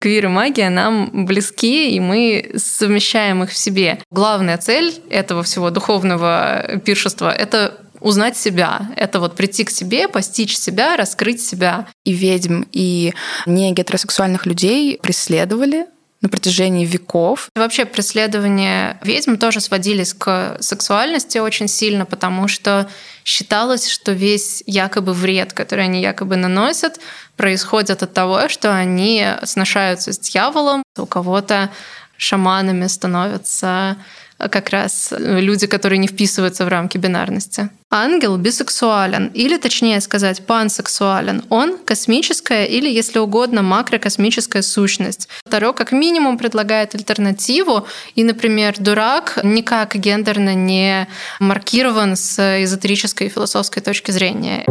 Квир и магия нам близки, и мы совмещаем их в себе. Главная цель этого всего духовного пиршества — это узнать себя. Это вот прийти к себе, постичь себя, раскрыть себя. И ведьм, и не гетеросексуальных людей преследовали на протяжении веков. Вообще преследования ведьм тоже сводились к сексуальности очень сильно, потому что считалось, что весь якобы вред, который они якобы наносят, происходит от того, что они сношаются с дьяволом. У кого-то шаманами становятся как раз люди, которые не вписываются в рамки бинарности. Ангел бисексуален, или точнее сказать, пансексуален. Он космическая или, если угодно, макрокосмическая сущность. Таро как минимум предлагает альтернативу, и, например, дурак никак гендерно не маркирован с эзотерической и философской точки зрения.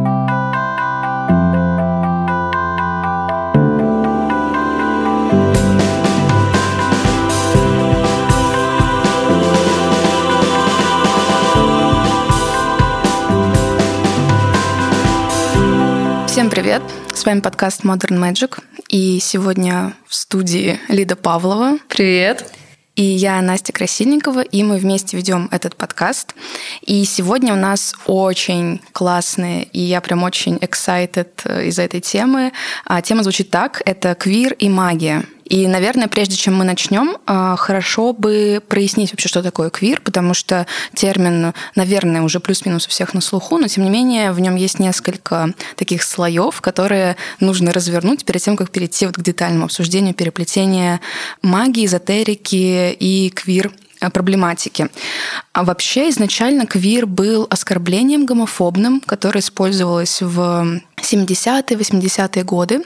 Всем привет! С вами подкаст Modern Magic. И сегодня в студии Лида Павлова. Привет! И я, Настя Красильникова, и мы вместе ведем этот подкаст. И сегодня у нас очень классные, и я прям очень excited из-за этой темы. Тема звучит так: это квир и магия. И, наверное, прежде чем мы начнем, хорошо бы прояснить вообще, что такое квир, потому что термин, наверное, уже плюс-минус у всех на слуху, но тем не менее в нем есть несколько таких слоев, которые нужно развернуть перед тем, как перейти вот к детальному обсуждению переплетения магии, эзотерики и квир проблематики. А вообще изначально квир был оскорблением гомофобным, которое использовалось в 70-е, 80-е годы.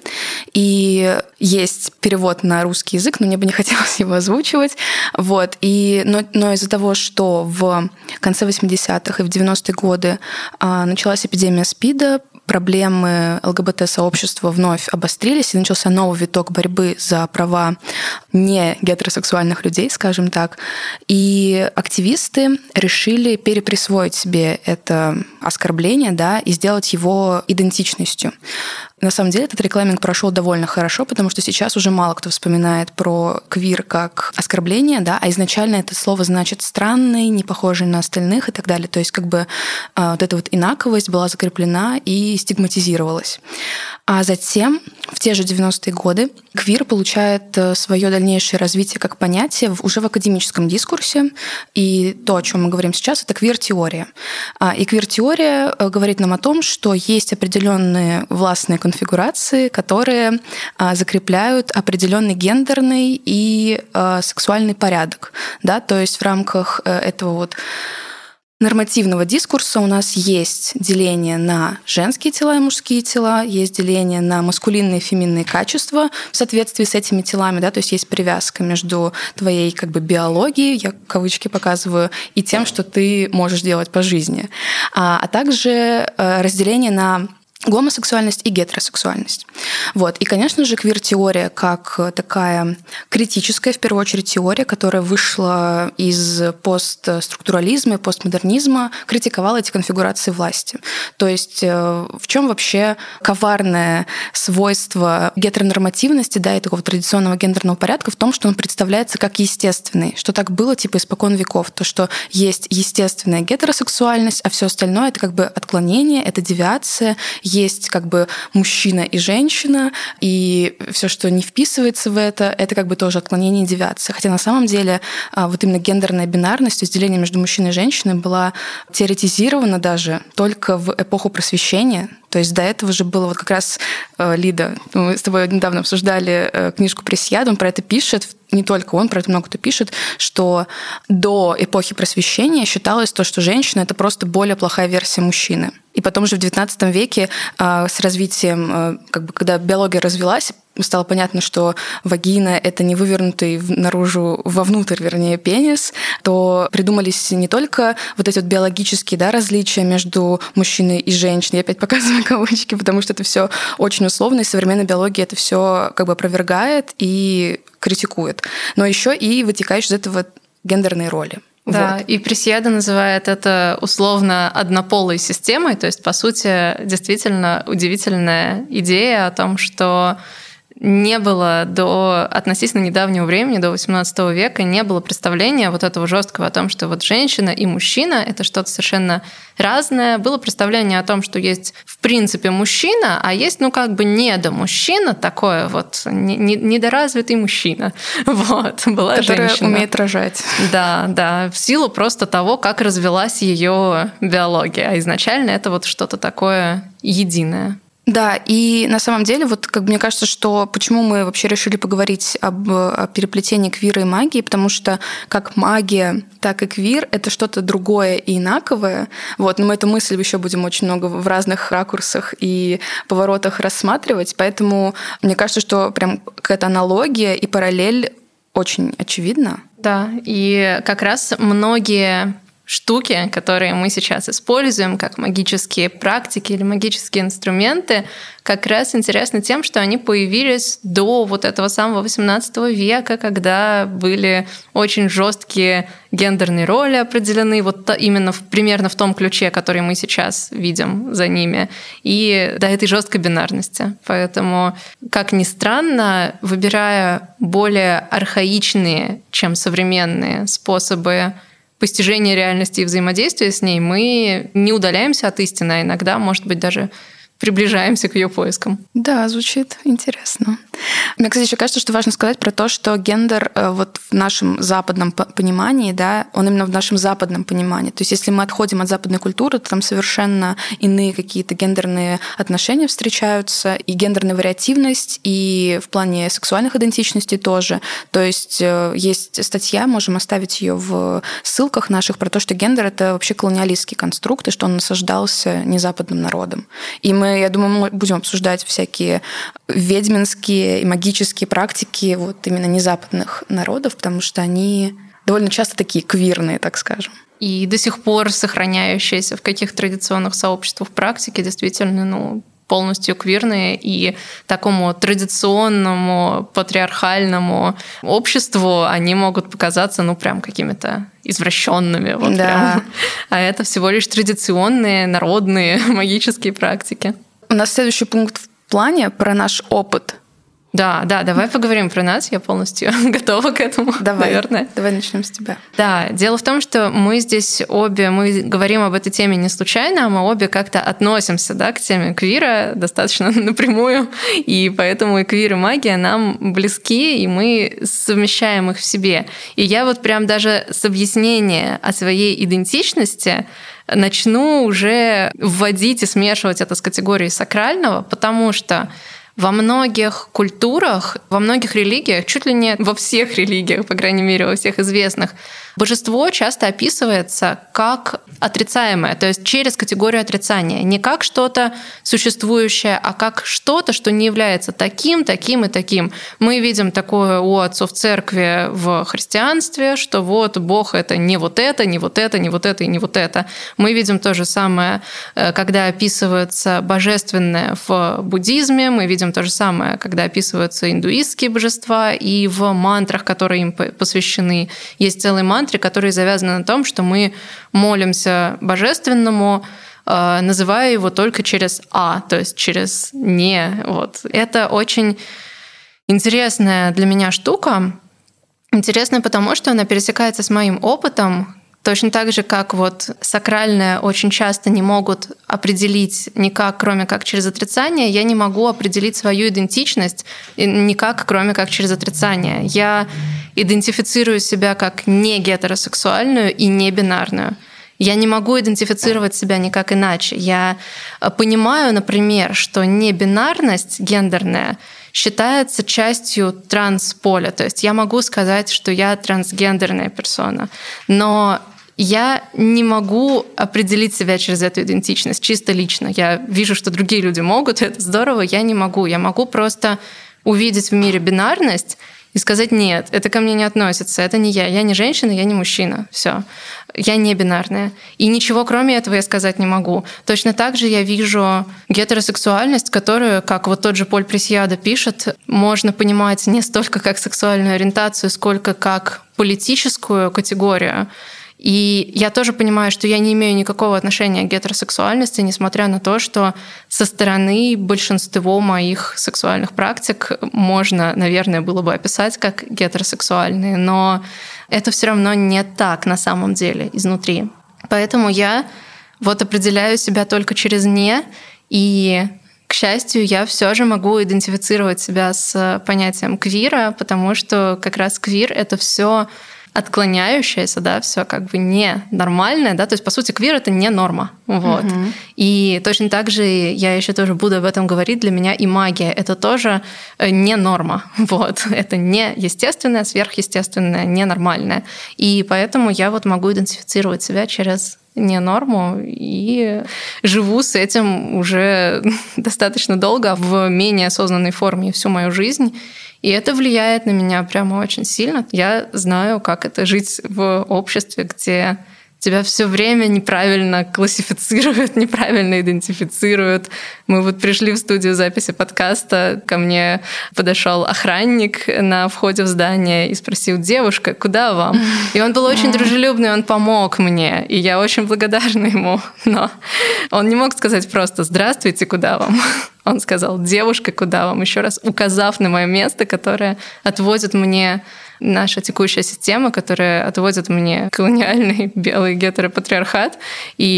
И есть перевод на русский язык, но мне бы не хотелось его озвучивать. Вот. Но из-за того, что в конце 80-х и в 90-е годы началась эпидемия СПИДа, проблемы ЛГБТ-сообщества вновь обострились, и начался новый виток борьбы за права не гетеросексуальных людей, скажем так. И активисты решили переприсвоить себе это оскорбление, да, и сделать его идентичностью. На самом деле этот рекламинг прошел довольно хорошо, потому что сейчас уже мало кто вспоминает про квир как оскорбление, да, а изначально это слово значит странный, не похожий на остальных и так далее. То есть как бы вот эта вот инаковость была закреплена и стигматизировалась. А затем, в те же 90-е годы, квир получает свое дальнейшее развитие как понятие уже в академическом дискурсе. И то, о чем мы говорим сейчас, это квир-теория. И квир-теория говорит нам о том, что есть определенные властные конфигурации, которые закрепляют определенный гендерный и сексуальный порядок. Да? То есть в рамках этого вот нормативного дискурса у нас есть деление на женские тела и мужские тела, есть деление на маскулинные и феминные качества в соответствии с этими телами, да, то есть есть привязка между твоей как бы биологией, я кавычки показываю, и тем, что ты можешь делать по жизни, а также разделение на гомосексуальность и гетеросексуальность. Вот. И, конечно же, квир-теория как такая критическая, в первую очередь, теория, которая вышла из постструктурализма и постмодернизма, критиковала эти конфигурации власти. То есть в чем вообще коварное свойство гетеронормативности, да, и такого традиционного гендерного порядка в том, что он представляется как естественный, что так было типа испокон веков, то, что есть естественная гетеросексуальность, а все остальное — это как бы отклонение, это девиация, есть как бы мужчина и женщина, и все, что не вписывается в это как бы тоже отклонение и девиация. Хотя на самом деле вот именно гендерная бинарность, то есть деление между мужчиной и женщиной, была теоретизирована даже только в эпоху Просвещения. То есть до этого же было вот как раз Лида, мы с тобой недавно обсуждали книжку Пресьяда, он про это пишет, не только он, про это много кто пишет, что до эпохи Просвещения считалось то, что женщина — это просто более плохая версия мужчины. И потом же в XIX веке с развитием, как бы, когда биология развилась, стало понятно, что вагина — это не вывернутый наружу, вовнутрь, вернее, пенис, то придумались не только вот эти вот биологические, да, различия между мужчиной и женщиной. Я опять показываю кавычки, потому что это все очень условно, и современная биология это все как бы опровергает и критикует. Но еще и вытекающие из этого гендерные роли. Да, вот. И Пресьяда называет это условно однополой системой, то есть, по сути, действительно удивительная идея о том, что не было до относительно недавнего времени, до XVIII века, не было представления вот этого жесткого о том, что вот женщина и мужчина — это что-то совершенно разное. Было представление о том, что есть в принципе мужчина, а есть, недомужчина, такое вот недоразвитый мужчина. Вот, была которая женщина. Умеет рожать. Да, в силу просто того, как развилась ее биология. А изначально это вот что-то такое единое. Да, и на самом деле, мне кажется, что почему мы вообще решили поговорить о переплетении квира и магии, потому что как магия, так и квир — это что-то другое и инаковое. Но мы эту мысль еще будем очень много в разных ракурсах и поворотах рассматривать, поэтому мне кажется, что прям какая-то аналогия и параллель очень очевидна. Да, и как раз многие штуки, которые мы сейчас используем как магические практики или магические инструменты, как раз интересны тем, что они появились до вот этого самого XVIII века, когда были очень жесткие гендерные роли определены, именно примерно в том ключе, который мы сейчас видим за ними, и до этой жесткой бинарности. Поэтому, как ни странно, выбирая более архаичные, чем современные способы постижения реальности и взаимодействия с ней, мы не удаляемся от истины, а иногда, может быть, даже приближаемся к ее поискам. Да, звучит интересно. Мне, кстати, еще кажется, что важно сказать про то, что гендер в нашем западном понимании, да, он именно в нашем западном понимании. То есть если мы отходим от западной культуры, то там совершенно иные какие-то гендерные отношения встречаются, и гендерная вариативность, и в плане сексуальных идентичностей тоже. То есть есть статья, можем оставить ее в ссылках наших, про то, что гендер — это вообще колониалистский конструкт, и что он насаждался незападным народом. И я думаю, мы будем обсуждать всякие ведьминские и магические практики именно незападных народов, потому что они довольно часто такие квирные, так скажем. И до сих пор сохраняющиеся в каких-то традиционных сообществах практики действительно, полностью квирные, и такому традиционному патриархальному обществу они могут показаться, прям какими-то извращенными. Да. Прям. А это всего лишь традиционные, народные магические практики. У нас следующий пункт в плане про наш опыт. Да, давай поговорим про нас. Я полностью готова к этому, наверное. Давай начнем с тебя. Да, дело в том, что мы здесь обе, мы говорим об этой теме не случайно, а мы обе как-то относимся, к теме квира достаточно напрямую, и поэтому и квир, и магия нам близки, и мы совмещаем их в себе. И я прям даже с объяснения о своей идентичности начну уже вводить и смешивать это с категорией сакрального, потому что во многих культурах, во многих религиях, чуть ли не во всех религиях, по крайней мере, во всех известных, божество часто описывается как отрицаемое, то есть через категорию отрицания. Не как что-то существующее, а как что-то, что не является таким, таким и таким. Мы видим такое у отцов церкви в христианстве, что Бог — это не это, не это, не это и не это. Мы видим то же самое, когда описывается божественное в буддизме, мы видим то же самое, когда описываются индуистские божества, и в мантрах, которые им посвящены, есть целые мантры, которые завязаны на том, что мы молимся божественному, называя его только через «а», то есть через «не». Это очень интересная для меня штука. Интересная потому, что она пересекается с моим опытом, точно так же, как сакральное очень часто не могут определить никак, кроме как через отрицание, я не могу определить свою идентичность никак, кроме как через отрицание. Я идентифицирую себя как не гетеросексуальную и не бинарную. Я не могу идентифицировать себя никак иначе. Я понимаю, например, что небинарность гендерная считается частью трансполя. То есть я могу сказать, что я трансгендерная персона, но я не могу определить себя через эту идентичность чисто лично. Я вижу, что другие люди могут, это здорово, я не могу. Я могу просто увидеть в мире бинарность и сказать: нет, это ко мне не относится, это не я не женщина, я не мужчина, все, я не бинарная. И ничего кроме этого я сказать не могу. Точно так же я вижу гетеросексуальность, которую, как тот же Поль Пресьядо пишет, можно понимать не столько как сексуальную ориентацию, сколько как политическую категорию. И я тоже понимаю, что я не имею никакого отношения к гетеросексуальности, несмотря на то, что со стороны большинство моих сексуальных практик можно, наверное, было бы описать как гетеросексуальные, но это все равно не так на самом деле изнутри. Поэтому я определяю себя только через «не», и, к счастью, я все же могу идентифицировать себя с понятием квира, потому что как раз квир — это все отклоняющееся, да, все как бы не нормальное, да, то есть, по сути, квир — это не норма, вот. И точно так же я еще тоже буду об этом говорить, для меня и магия — это тоже не норма, вот, это не естественное, сверхъестественное, ненормальное, и поэтому я могу идентифицировать себя через не норму и живу с этим уже достаточно долго в менее осознанной форме всю мою жизнь. И это влияет на меня прямо очень сильно. Я знаю, как это жить в обществе, где тебя все время неправильно классифицируют, неправильно идентифицируют. Мы пришли в студию записи подкаста, ко мне подошел охранник на входе в здание и спросил: «Девушка, куда вам?» И он был очень дружелюбный, он помог мне, и я очень благодарна ему. Но он не мог сказать просто «Здравствуйте, куда вам?». Он сказал: «Девушка, куда вам?», еще раз указав на мое место, которое отводит мне наша текущая система, которая отводит мне колониальный белый гетеропатриархат. И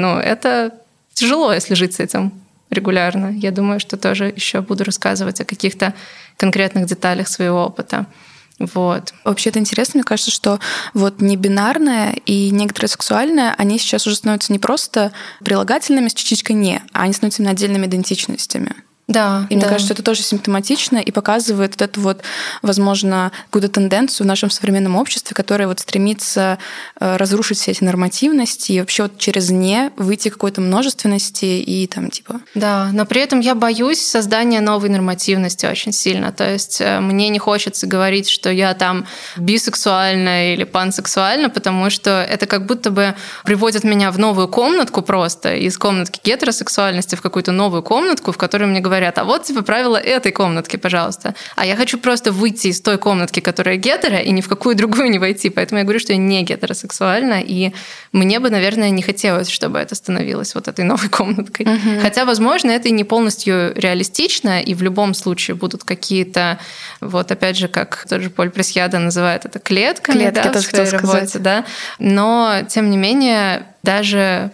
это тяжело, если жить с этим регулярно. Я думаю, что тоже еще буду рассказывать о каких-то конкретных деталях своего опыта. Вот. Вообще это интересно, мне кажется, что небинарное и негетеросексуальное, они сейчас уже становятся не просто прилагательными с частичкой «не», а они становятся именно отдельными идентичностями. Да, и мне кажется, это тоже симптоматично и показывает эту возможно, какую-то тенденцию в нашем современном обществе, которая стремится разрушить все эти нормативности и вообще через «не» выйти к какой-то множественности и там типа... Да, но при этом я боюсь создания новой нормативности очень сильно. То есть мне не хочется говорить, что я там бисексуальна или пансексуальна, потому что это как будто бы приводит меня в новую комнатку просто, из комнатки гетеросексуальности в какую-то новую комнатку, в которой мне говорят: «А вот правила этой комнатки, пожалуйста». А я хочу просто выйти из той комнатки, которая гетеро, и ни в какую другую не войти. Поэтому я говорю, что я не гетеросексуальна, и мне бы, наверное, не хотелось, чтобы это становилось этой новой комнаткой. Хотя, возможно, это и не полностью реалистично, и в любом случае будут какие-то, опять же, как тот же Поль Пресьяда называет это клетками, клетки, в своей работе, да. Но, тем не менее, даже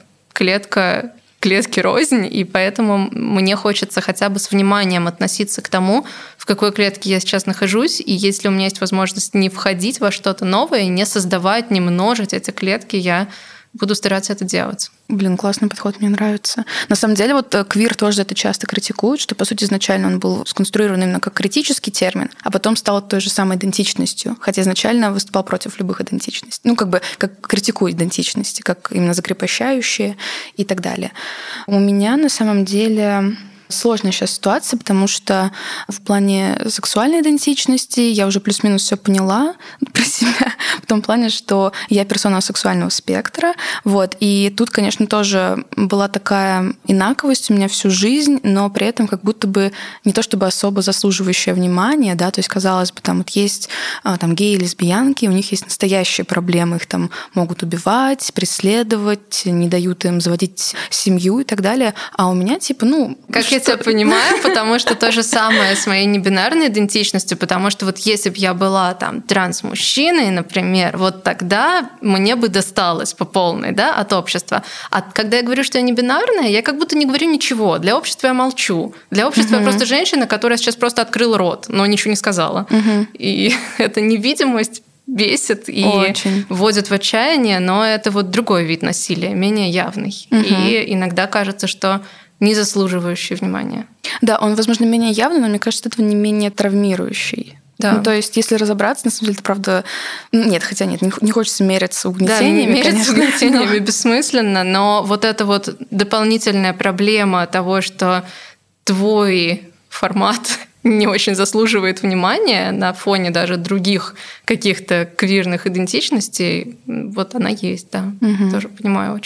клетки рознь, и поэтому мне хочется хотя бы с вниманием относиться к тому, в какой клетке я сейчас нахожусь, и если у меня есть возможность не входить во что-то новое, не создавать, не множить эти клетки, я буду стараться это делать. Блин, классный подход, мне нравится. На самом деле, квир тоже это часто критикуют, что, по сути, изначально он был сконструирован именно как критический термин, а потом стал той же самой идентичностью, хотя изначально выступал против любых идентичностей. Как критикует идентичности, как именно закрепощающие и так далее. У меня, на самом деле... Сложная сейчас ситуация, потому что в плане сексуальной идентичности я уже плюс-минус все поняла про себя, в том плане, что я персона сексуального спектра. И тут, конечно, тоже была такая инаковость у меня всю жизнь, но при этом как будто бы не то чтобы особо заслуживающее внимания, да, то есть, казалось бы, там есть геи и лесбиянки, у них есть настоящие проблемы, их там могут убивать, преследовать, не дают им заводить семью и так далее, а у меня я тебя понимаю, потому что то же самое с моей небинарной идентичностью, потому что если бы я была транс-мужчиной, например, тогда мне бы досталось по полной, да, от общества. А когда я говорю, что я небинарная, я как будто не говорю ничего. Для общества я молчу. Для общества я просто женщина, которая сейчас просто открыла рот, но ничего не сказала. И эта невидимость бесит и вводит в отчаяние, но это другой вид насилия, менее явный. И иногда кажется, что не заслуживающий внимания. Да, он, возможно, менее явный, но мне кажется, этого не менее травмирующий. Да. То есть, если разобраться, на самом деле, это правда... Нет, не хочется мериться угнетениями, мериться конечно. Угнетениями бессмысленно, но эта дополнительная проблема того, что твой формат не очень заслуживает внимания на фоне даже других каких-то квирных идентичностей, она есть, да. Тоже понимаю очень.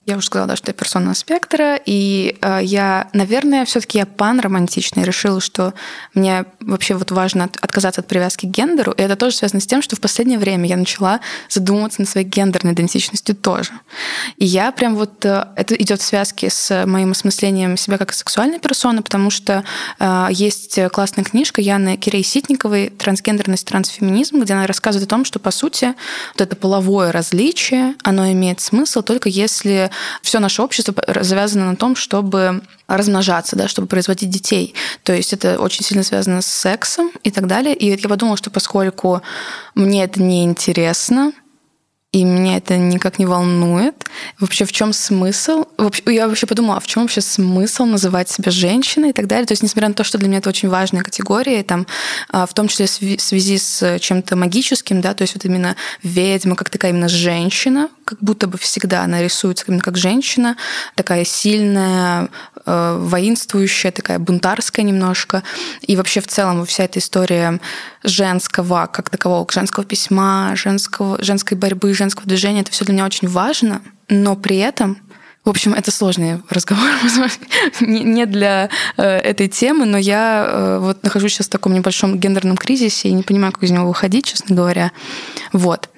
Я уже сказала, да, что я персона спектра, и я, наверное, все-таки я панромантичная, решила, что мне вообще вот важно отказаться от привязки к гендеру, и это тоже связано с тем, что в последнее время я начала задумываться над своей гендерной идентичностью тоже. И я прям вот... Это идет в связке с моим осмыслением себя как сексуальной персоны, потому что есть классная книжка Яны Кирей-Ситниковой «Трансгендерность, трансфеминизм», где она рассказывает о том, что, по сути, вот это половое различие, оно имеет смысл только если все наше общество завязано на том, чтобы размножаться, да, чтобы производить детей. То есть это очень сильно связано с сексом и так далее. И я подумала, что поскольку мне это не интересно, и меня это никак не волнует. Вообще, в чем смысл? Я вообще подумала, а в чем вообще смысл называть себя женщиной и так далее? То есть, несмотря на то, что для меня это очень важная категория, там, в том числе в связи с чем-то магическим, да, то есть вот именно ведьма как такая именно женщина, как будто бы всегда она рисуется именно как женщина, такая сильная, воинствующая, такая бунтарская немножко. И вообще в целом вся эта история женского, как такового, женского письма, женской борьбы, женского движения, это все для меня очень важно, но при этом, в общем, это сложный разговор, не для этой темы, но я вот нахожусь сейчас в таком небольшом гендерном кризисе и не понимаю, как из него выходить, честно говоря. Вот.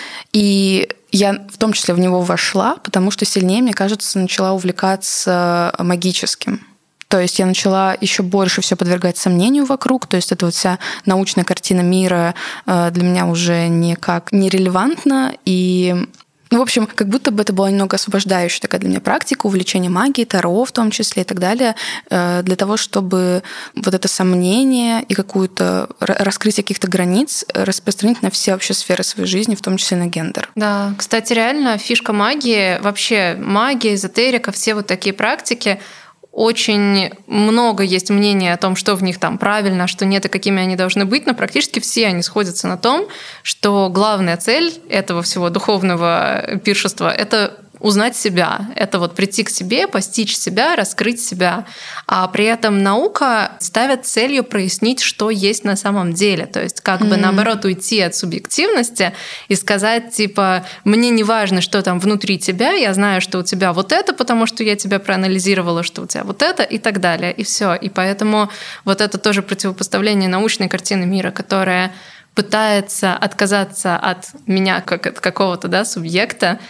И я в том числе в него вошла, потому что сильнее, мне кажется, начала увлекаться магическим. То есть я начала еще больше все подвергать сомнению вокруг. То есть эта вот вся научная картина мира для меня уже никак не релевантна. И, в общем, как будто бы это была немного освобождающая такая для меня практика, увлечение магией, таро в том числе и так далее, для того, чтобы вот это сомнение и какое-то раскрытие каких-то границ распространить на все вообще сферы своей жизни, в том числе на гендер. Да, кстати, реально фишка магии, вообще магия, эзотерика, все вот такие практики, очень много есть мнений о том, что в них там правильно, а что нет и какими они должны быть, но практически все они сходятся на том, что главная цель этого всего духовного пиршества — это узнать себя, это вот прийти к себе, постичь себя, раскрыть себя. А при этом наука ставит целью прояснить, что есть на самом деле. То есть как бы наоборот уйти от субъективности и сказать типа «мне не важно, что там внутри тебя, я знаю, что у тебя вот это, потому что я тебя проанализировала, что у тебя вот это» и так далее. И все. И поэтому вот это тоже противопоставление научной картины мира, которая пытается отказаться от меня как от какого-то субъекта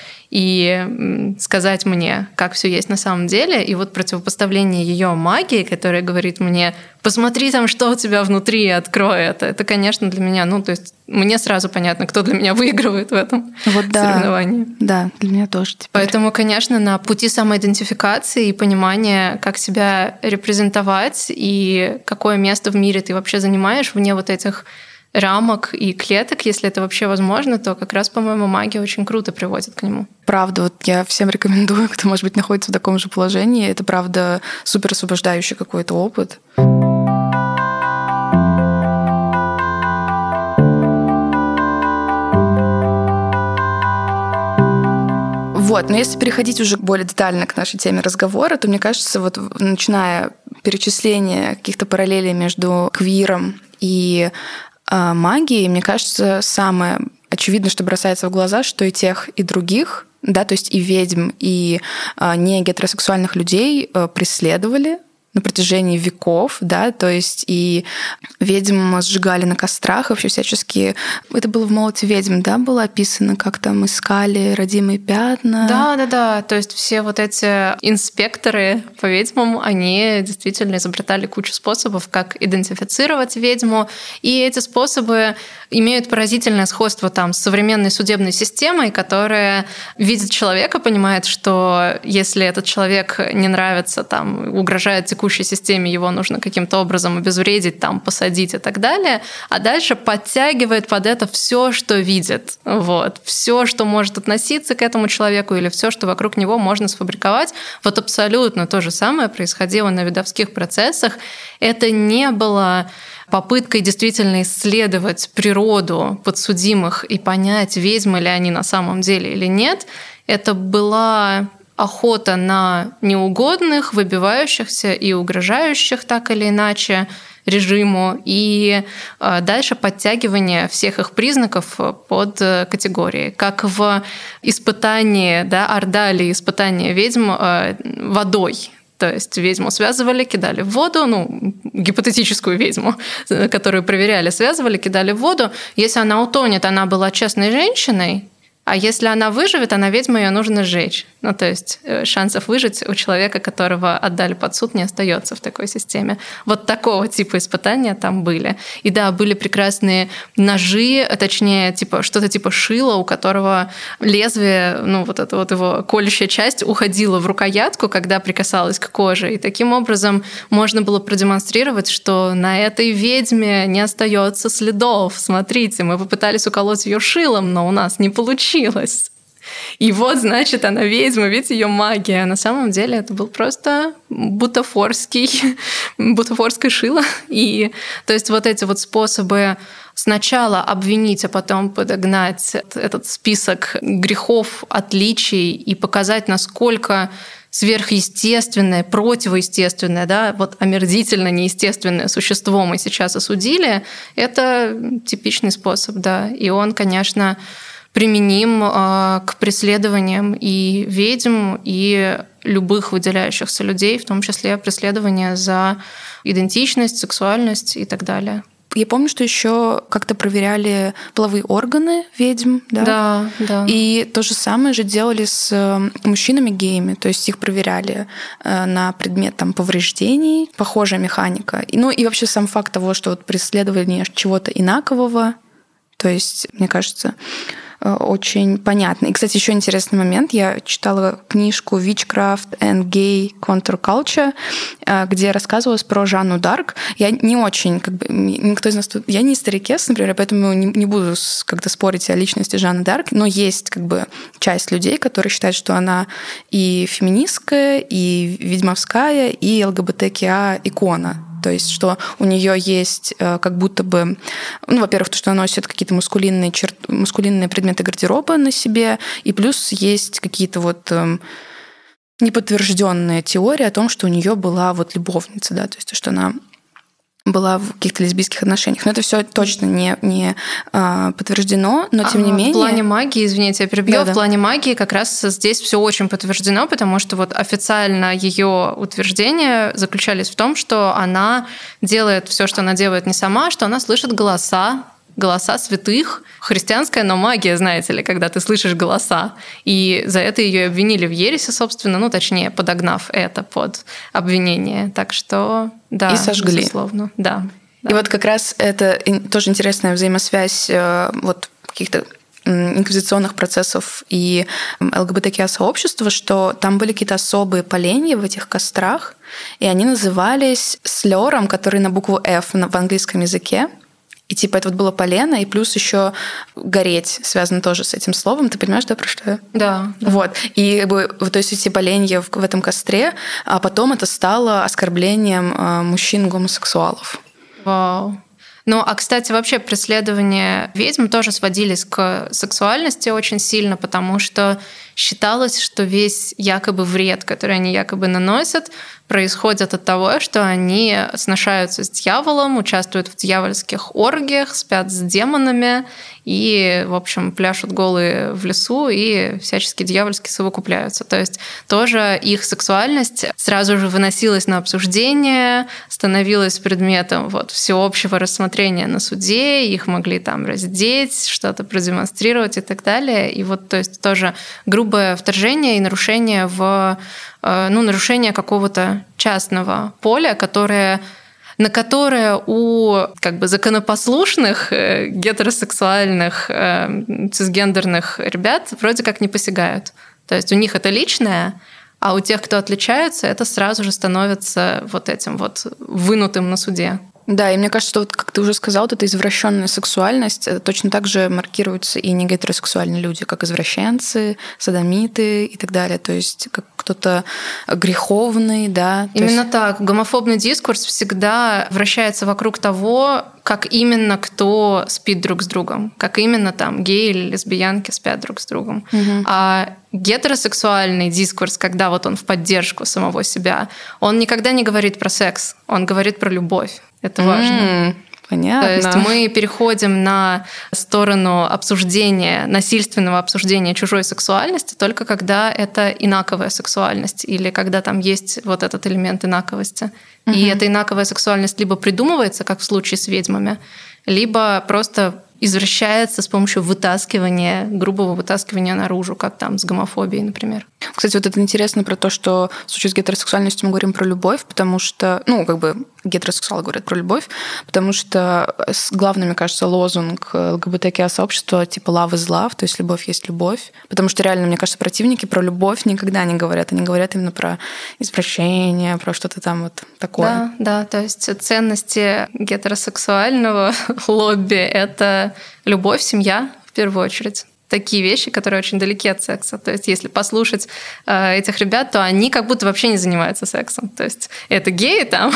и сказать мне, как все есть на самом деле. И вот противопоставление ее магии, которая говорит мне: посмотри там, что у тебя внутри, открой это. Это, конечно, для меня, то есть мне сразу понятно, кто для меня выигрывает в этом соревновании. Да, для меня тоже теперь. Поэтому, конечно, на пути самоидентификации и понимания, как себя репрезентовать и какое место в мире ты вообще занимаешь вне вот этих рамок и клеток, если это вообще возможно, то как раз, по-моему, магия очень круто приводит к нему. Правда, вот я всем рекомендую, кто, может быть, находится в таком же положении. Это, правда, супер освобождающий какой-то опыт. Вот, но если переходить уже более детально к нашей теме разговора, то, мне кажется, вот начиная перечисление каких-то параллелей между квиром и магии, мне кажется, самое очевидное, что бросается в глаза, что и тех, и других, да, то есть и ведьм, и не гетеросексуальных людей преследовали на протяжении веков, да, то есть и ведьм сжигали на кострах, вообще всячески. Это было в «Молоте ведьм», да, было описано, как там искали родимые пятна. Да, то есть все вот эти инспекторы по ведьмам, они действительно изобретали кучу способов, как идентифицировать ведьму, и эти способы имеют поразительное сходство там с современной судебной системой, которая видит человека, понимает, что если этот человек не нравится, там, угрожает текущей системе, его нужно каким-то образом обезвредить, там, посадить и так далее, а дальше подтягивает под это все, что видит. Вот. Все, что может относиться к этому человеку или все, что вокруг него можно сфабриковать. Вот абсолютно то же самое происходило на видовских процессах. Это не было попыткой действительно исследовать природу подсудимых и понять, ведьмы ли они на самом деле или нет. Это была охота на неугодных, выбивающихся и угрожающих так или иначе. режиму, и дальше подтягивание всех их признаков под категории. Как в испытании, Ордали, испытание ведьм водой. То есть ведьму связывали, кидали в воду, гипотетическую ведьму, которую проверяли, связывали, кидали в воду. Если она утонет, она была честной женщиной, а если она выживет, она ведьма, ее нужно сжечь. То есть шансов выжить у человека, которого отдали под суд, не остается в такой системе. Вот такого типа испытания там были. И да, были прекрасные ножи, точнее, что-то типа шила, у которого лезвие, эта его колющая часть уходила в рукоятку, когда прикасалась к коже. И таким образом можно было продемонстрировать, что на этой ведьме не остается следов. Смотрите, мы попытались уколоть ее шилом, но у нас не получилось. И вот, значит, она ведьма, ведь ее магия. На самом деле это был просто бутафорское шило. И то есть вот эти вот способы сначала обвинить, а потом подогнать этот список грехов, отличий и показать, насколько сверхъестественное, противоестественное, омерзительно неестественное существо мы сейчас осудили, это типичный способ, И он, конечно, применим к преследованиям и ведьм, и любых выделяющихся людей, в том числе преследования за идентичность, сексуальность и так далее. Я помню, что еще как-то проверяли половые органы ведьм, Да. И то же самое же делали с мужчинами-геями, то есть их проверяли на предмет повреждений, похожая механика. И вообще сам факт того, что преследование чего-то инакового, то есть, мне кажется, очень понятно. И, кстати, еще интересный момент. Я читала книжку «Witchcraft and Gay Counterculture», где рассказывалось про Жанну Дарк. Я не очень, никто из нас тут... Я не историкес, например, поэтому не буду как-то спорить о личности Жанны Дарк, но есть часть людей, которые считают, что она и феминистская, и ведьмовская, и ЛГБТКИА-икона. То есть, что у нее есть как будто бы, во-первых, то, что она носит какие-то мускулинные предметы гардероба на себе, и плюс есть какие-то неподтвержденные теории о том, что у нее была любовница, то есть то, что она была в каких-то лесбийских отношениях. Но это все точно не подтверждено, но тем не менее... В плане магии, извините, я перебью, в плане магии как раз здесь все очень подтверждено, потому что официально ее утверждения заключались в том, что она делает все, что она делает не сама, что она слышит голоса святых. Христианская, но магия, знаете ли, когда ты слышишь голоса. И за это ее обвинили в ереси, собственно, точнее, подогнав это под обвинение. Так что, да, и сожгли. Безусловно. Да. И как раз это тоже интересная взаимосвязь каких-то инквизиционных процессов и ЛГБТК-сообщества, что там были какие-то особые поленья в этих кострах, и они назывались слёром, который на букву «F» в английском языке. И это было полено, и плюс еще гореть связано тоже с этим словом. Ты понимаешь, про что я? Да. И то есть эти поленья в этом костре, а потом это стало оскорблением мужчин-гомосексуалов. Вау. Кстати, вообще преследования ведьм тоже сводились к сексуальности очень сильно, потому что считалось, что весь якобы вред, который они якобы наносят, происходит от того, что они сношаются с дьяволом, участвуют в дьявольских оргиях, спят с демонами и, в общем, пляшут голые в лесу и всячески дьявольски совокупляются. То есть тоже их сексуальность сразу же выносилась на обсуждение, становилась предметом всеобщего рассмотрения на суде, их могли раздеть, что-то продемонстрировать и так далее. И то есть тоже грубое вторжение и нарушение нарушение какого-то частного поля, на которое у законопослушных гетеросексуальных цисгендерных ребят вроде как не посягают. То есть у них это личное, а у тех, кто отличается, это сразу же становится этим вынутым на суде. Да, и мне кажется, что, как ты уже сказал, эта извращенная сексуальность, это точно так же маркируются и не гетеросексуальные люди, как извращенцы, содомиты и так далее. То есть как кто-то греховный, да. Именно так. Гомофобный дискурс всегда вращается вокруг того, как именно кто спит друг с другом, как именно геи или лесбиянки спят друг с другом. Угу. А гетеросексуальный дискурс, когда он в поддержку самого себя, он никогда не говорит про секс, он говорит про любовь. Это важно. Понятно. То есть мы переходим на сторону обсуждения, насильственного обсуждения чужой сексуальности только когда это инаковая сексуальность или когда там есть вот этот элемент инаковости. И эта инаковая сексуальность либо придумывается, как в случае с ведьмами, либо просто извращается с помощью вытаскивания, грубого вытаскивания наружу, как там с гомофобией, например. Кстати, вот это интересно про то, что в случае с гетеросексуальностью мы говорим про любовь, потому что, гетеросексуалы говорят про любовь, потому что главный, мне кажется, лозунг ЛГБТК-сообщества типа love is love, то есть любовь есть любовь. Потому что реально, мне кажется, противники про любовь никогда не говорят. Они говорят именно про извращение, про что-то там вот такое. Да, то есть ценности гетеросексуального лобби — это любовь, семья в первую очередь. Такие вещи, которые очень далеки от секса. То есть если послушать этих ребят, то они как будто вообще не занимаются сексом. То есть это геи там,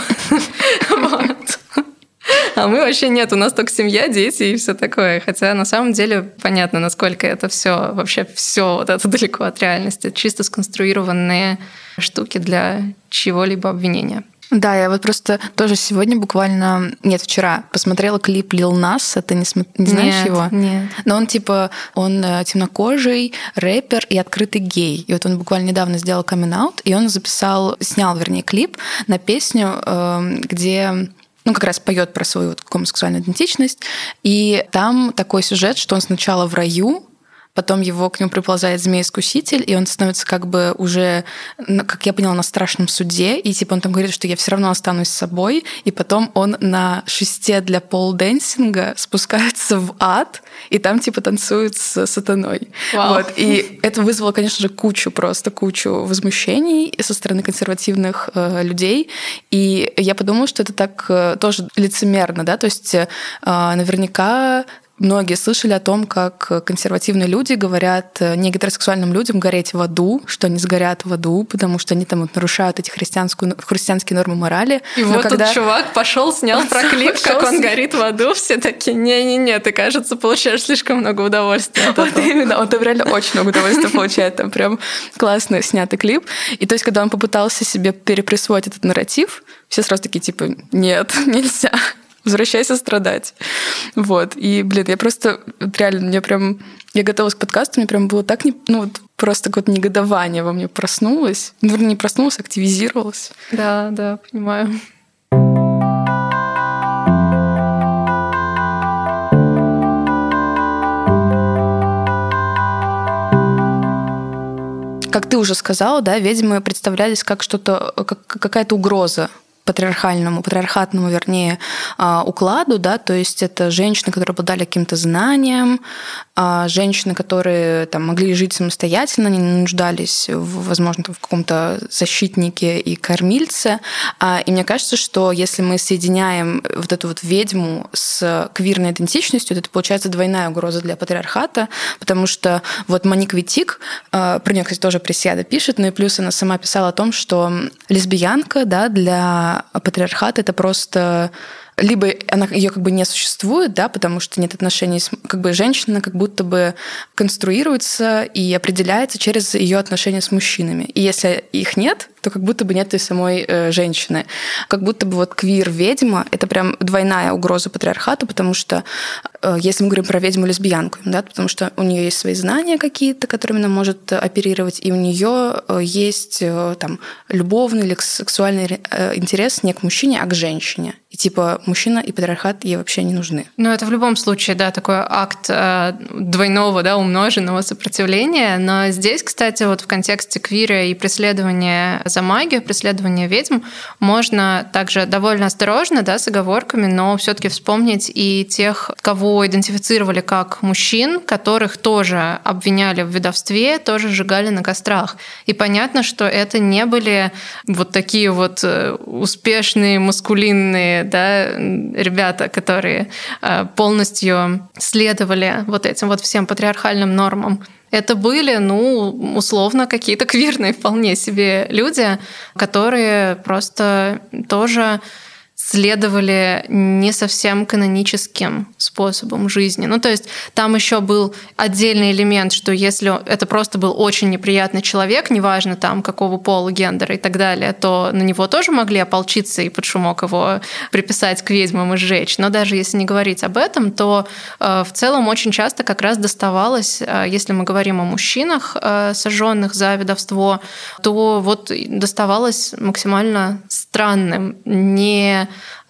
а мы вообще нет, у нас только семья, дети и все такое. Хотя на самом деле понятно, насколько это все вообще все вот это далеко от реальности. Чисто сконструированные штуки для чего-либо обвинения. Да, я вот просто тоже сегодня вчера посмотрела клип Lil Nas. Ты не знаешь его? Нет. Но он темнокожий рэпер и открытый гей. И вот он буквально недавно сделал камин-аут, и он снял клип на песню, где как раз поет про свою гомосексуальную идентичность. И там такой сюжет, что он сначала в раю, потом к нему приползает змей-искуситель, и он становится как бы уже, как я поняла, на страшном суде, и он там говорит, что я все равно останусь с собой, и потом он на шесте для пол-дэнсинга спускается в ад, и там танцует с сатаной. Вау. Вот. И это вызвало, конечно же, кучу возмущений со стороны консервативных людей, и я подумала, что это так тоже лицемерно, да, то есть наверняка многие слышали о том, как консервативные люди говорят негетеросексуальным людям гореть в аду, что они сгорят в аду, потому что они там нарушают эти христианские нормы морали. И вот тут чувак пошел, снял про клип, как он горит в аду, все такие: не-не-не, ты, кажется, получаешь слишком много удовольствия от этого. Вот именно, он там реально очень много удовольствия получает, там прям классно снятый клип. И то есть, когда он попытался себе переприсвоить этот нарратив, все сразу такие нет, нельзя. Возвращайся страдать. Вот. И, я просто реально, я готовилась к подкасту, мне прям было так, просто какое-то негодование во мне проснулось. Не проснулось, активизировалось. Да, понимаю. Как ты уже сказала, да, ведьмы представлялись как какая-то угроза патриархатному, укладу, да, то есть это женщины, которые обладали каким-то знанием, женщины, которые там могли жить самостоятельно, не нуждались, возможно, в каком-то защитнике и кормильце. И мне кажется, что если мы соединяем вот эту ведьму с квирной идентичностью, то это получается двойная угроза для патриархата, потому что Моник Витик, про нее, кстати, тоже Пресседа пишет, и плюс она сама писала о том, что лесбиянка, да, для патриархата это просто либо ее не существует, да, потому что нет отношений с женщина как будто бы конструируется и определяется через ее отношения с мужчинами. И если их нет, то как будто бы нет и самой женщины. Как будто бы квир-ведьма — это прям двойная угроза патриархату, потому что если мы говорим про ведьму-лесбиянку, да, потому что у нее есть свои знания какие-то, которыми она может оперировать, и у нее есть там любовный или сексуальный интерес не к мужчине, а к женщине. И мужчина и патриархат ей вообще не нужны. Это в любом случае, да, такой акт двойного, да, умноженного сопротивления. Но здесь, кстати, в контексте квира и преследования за магию, преследования ведьм, можно также довольно осторожно, да, с оговорками, но все-таки вспомнить и тех, кого идентифицировали как мужчин, которых тоже обвиняли в ведовстве, тоже сжигали на кострах. И понятно, что это не были такие успешные, маскулинные, да, ребята, которые полностью следовали этим всем патриархальным нормам. Это были, условно, какие-то квирные вполне себе люди, которые просто тоже следовали не совсем каноническим способом жизни. Ну, то есть там еще был отдельный элемент, что если это просто был очень неприятный человек, неважно там какого пола, гендера и так далее, то на него тоже могли ополчиться и под шумок его приписать к ведьмам и сжечь. Но даже если не говорить об этом, то в целом очень часто как раз доставалось, если мы говорим о мужчинах, сожженных за ведовство, то вот доставалось максимально странным, не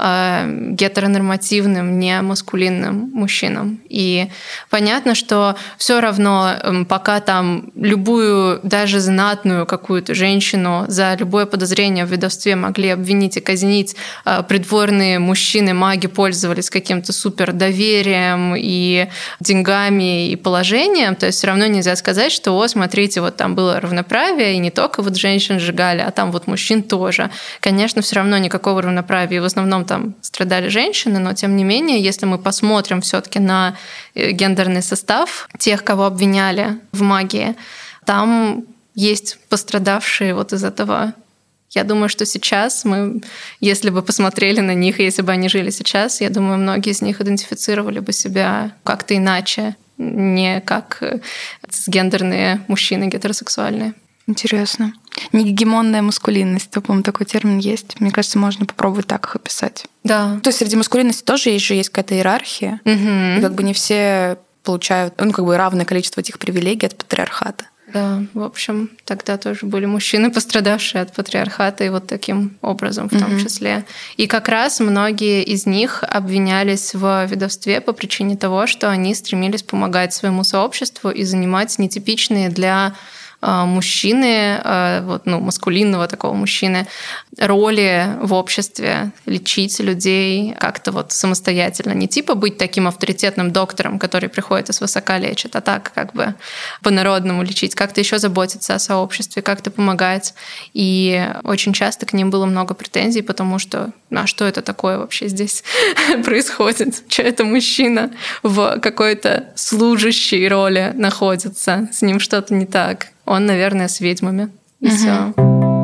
гетеронормативным, не маскулинным мужчинам. И понятно, что все равно, пока там любую, даже знатную какую-то женщину за любое подозрение в ведовстве могли обвинить и казнить, придворные мужчины, маги пользовались каким-то супер доверием и деньгами и положением, то есть все равно нельзя сказать, что, о, смотрите, вот там было равноправие, и не только вот женщин сжигали, а там вот мужчин тоже. Конечно, все равно никакого равноправия, и в основном там страдали женщины, но тем не менее, если мы посмотрим все-таки на гендерный состав тех, кого обвиняли в магии, там есть пострадавшие вот из этого. Я думаю, что сейчас мы, если бы посмотрели на них, если бы они жили сейчас, я думаю, многие из них идентифицировали бы себя как-то иначе, не как цисгендерные мужчины гетеросексуальные. Интересно. Негегемонная маскулинность. По-моему, такой термин есть. Мне кажется, можно попробовать так их описать. Да. То есть среди маскулинности тоже есть какая-то иерархия. И как бы не все получают равное количество этих привилегий от патриархата. Да, в общем, тогда тоже были мужчины, пострадавшие от патриархата, и вот таким образом в том числе. И как раз многие из них обвинялись в ведовстве по причине того, что они стремились помогать своему сообществу и занимать нетипичные для мужчины, маскулинного такого мужчины, роли в обществе, лечить людей как-то вот самостоятельно. Не типа быть таким авторитетным доктором, который приходит и свысока лечит, а так как бы по-народному лечить, как-то еще заботиться о сообществе, как-то помогать. И очень часто к ним было много претензий, потому что что это такое вообще здесь происходит? Что это мужчина в какой-то служащей роли находится? С ним что-то не так. Он, наверное, с ведьмами. И все.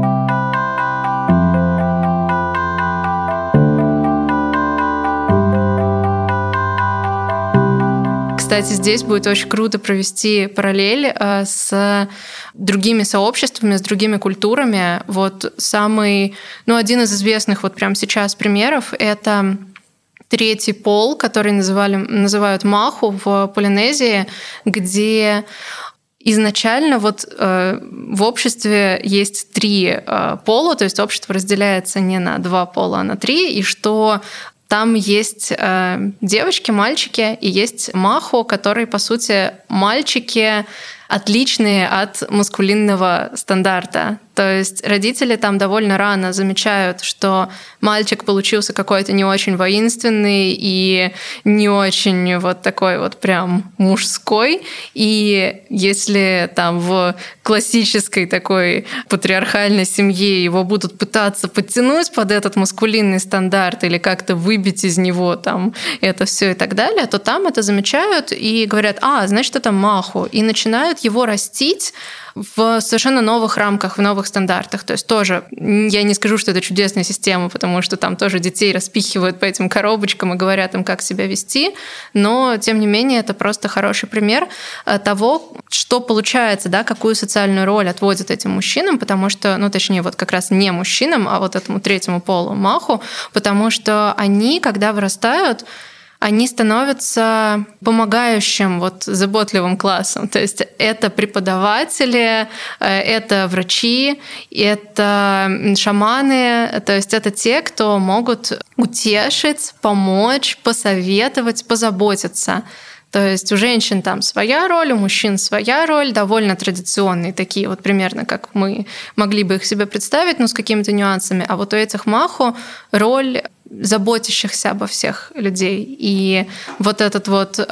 Кстати, здесь будет очень круто провести параллель с другими сообществами, с другими культурами. Вот один из известных вот прямо сейчас примеров — это третий пол, который называют маху в Полинезии, где изначально в обществе есть 3 пола, то есть общество разделяется не на 2 пола, а на 3, и что там есть девочки, мальчики, и есть маху, которые, по сути, мальчики, отличные от маскулинного стандарта. То есть родители там довольно рано замечают, что мальчик получился какой-то не очень воинственный и не очень вот такой вот прям мужской. И если там в классической такой патриархальной семье его будут пытаться подтянуть под этот маскулинный стандарт или как-то выбить из него там это все и так далее, то там это замечают и говорят: значит, это маху. И начинают его растить в совершенно новых рамках, в новых стандартах. То есть тоже я не скажу, что это чудесная система, потому что там тоже детей распихивают по этим коробочкам и говорят им, как себя вести, но тем не менее это просто хороший пример того, что получается, да, какую социальную роль отводят этим мужчинам, потому что, точнее, вот как раз не мужчинам, а вот этому третьему полу, маху, потому что они, когда вырастают, они становятся помогающим, заботливым классом. То есть это преподаватели, это врачи, это шаманы, то есть это те, кто могут утешить, помочь, посоветовать, позаботиться. То есть у женщин там своя роль, у мужчин своя роль, довольно традиционные, такие вот примерно, как мы могли бы их себе представить, но с какими-то нюансами. А вот у этих маху роль заботящихся обо всех людей. И вот этот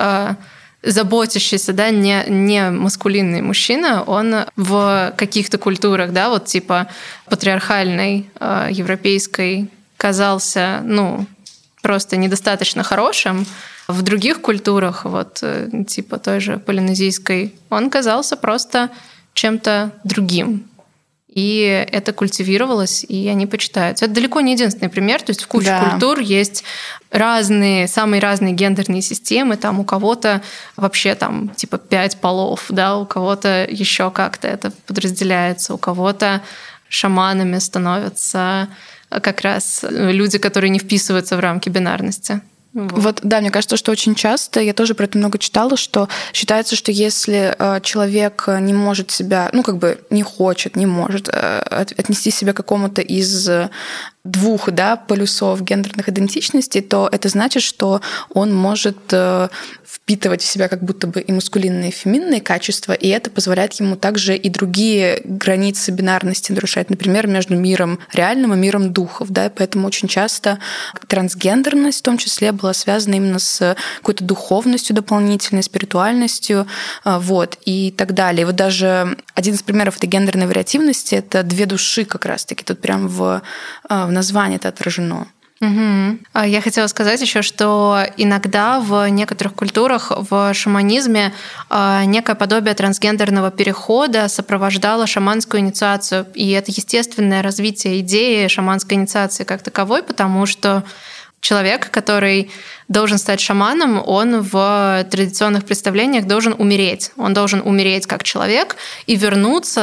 заботящийся, да, не маскулинный мужчина, он в каких-то культурах, да, вот типа патриархальной, европейской, казался, просто недостаточно хорошим. В других культурах, типа той же полинезийской, он казался просто чем-то другим. и это культивировалось, и они почитаются. Это далеко не единственный пример, то есть в куче культур есть самые разные гендерные системы, там у кого-то вообще там типа 5 полов, да, у кого-то еще как-то это подразделяется, у кого-то шаманами становятся как раз люди, которые не вписываются в рамки бинарности. Вот, да, мне кажется, что очень часто, я тоже про это много читала, что считается, что если человек не может себя, не хочет, не может отнести себя к какому-то из 2 полюсов гендерных идентичностей, то это значит, что он может впитывать в себя как будто бы и маскулинные, и феминные качества, и это позволяет ему также и другие границы бинарности нарушать, например, между миром реальным и миром духов. Да? И поэтому очень часто трансгендерность в том числе была связана именно с какой-то духовностью дополнительной, спиритуальностью, и так далее. И вот даже один из примеров этой гендерной вариативности — это 2 души как раз-таки. Тут прям в названии это отражено. Угу. Я хотела сказать еще, что иногда в некоторых культурах в шаманизме некое подобие трансгендерного перехода сопровождало шаманскую инициацию. И это естественное развитие идеи шаманской инициации как таковой, потому что человек, который должен стать шаманом, он в традиционных представлениях должен умереть. Он должен умереть как человек и вернуться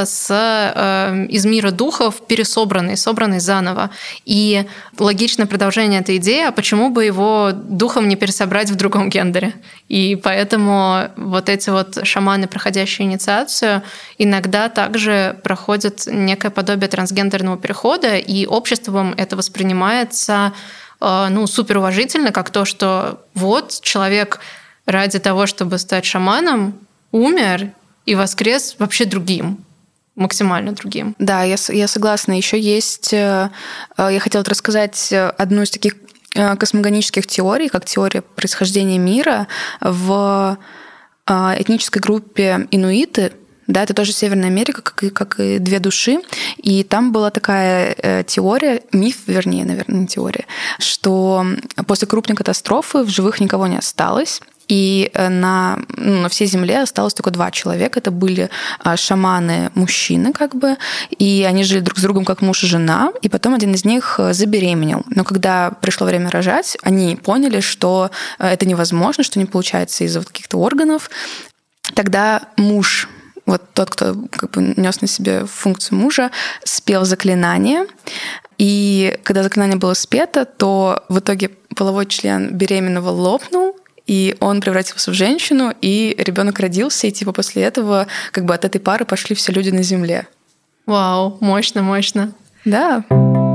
из мира духов собранный заново. И логичное продолжение этой идеи, а почему бы его духом не пересобрать в другом гендере? И поэтому вот эти вот шаманы, проходящие инициацию, иногда также проходят некое подобие трансгендерного перехода, и обществом это воспринимается супер уважительно, как то, что вот человек ради того, чтобы стать шаманом, умер и воскрес вообще другим, максимально другим. Да, я согласна. Еще есть, я хотела рассказать одну из таких космогонических теорий, как теория происхождения мира в этнической группе инуиты. Да, это тоже Северная Америка, как и 2 души. И там была такая теория, миф, вернее, наверное, не теория, что после крупной катастрофы в живых никого не осталось. И на всей Земле осталось только 2 человека. Это были шаманы-мужчины, и они жили друг с другом как муж и жена. И потом один из них забеременел. Но когда пришло время рожать, они поняли, что это невозможно, что не получается из-за каких-то органов. Тогда муж, вот тот, кто нес на себе функцию мужа, спел заклинание. И когда заклинание было спето, то в итоге половой член беременного лопнул, и он превратился в женщину, и ребенок родился, и после этого от этой пары пошли все люди на Земле. Вау, мощно. Да.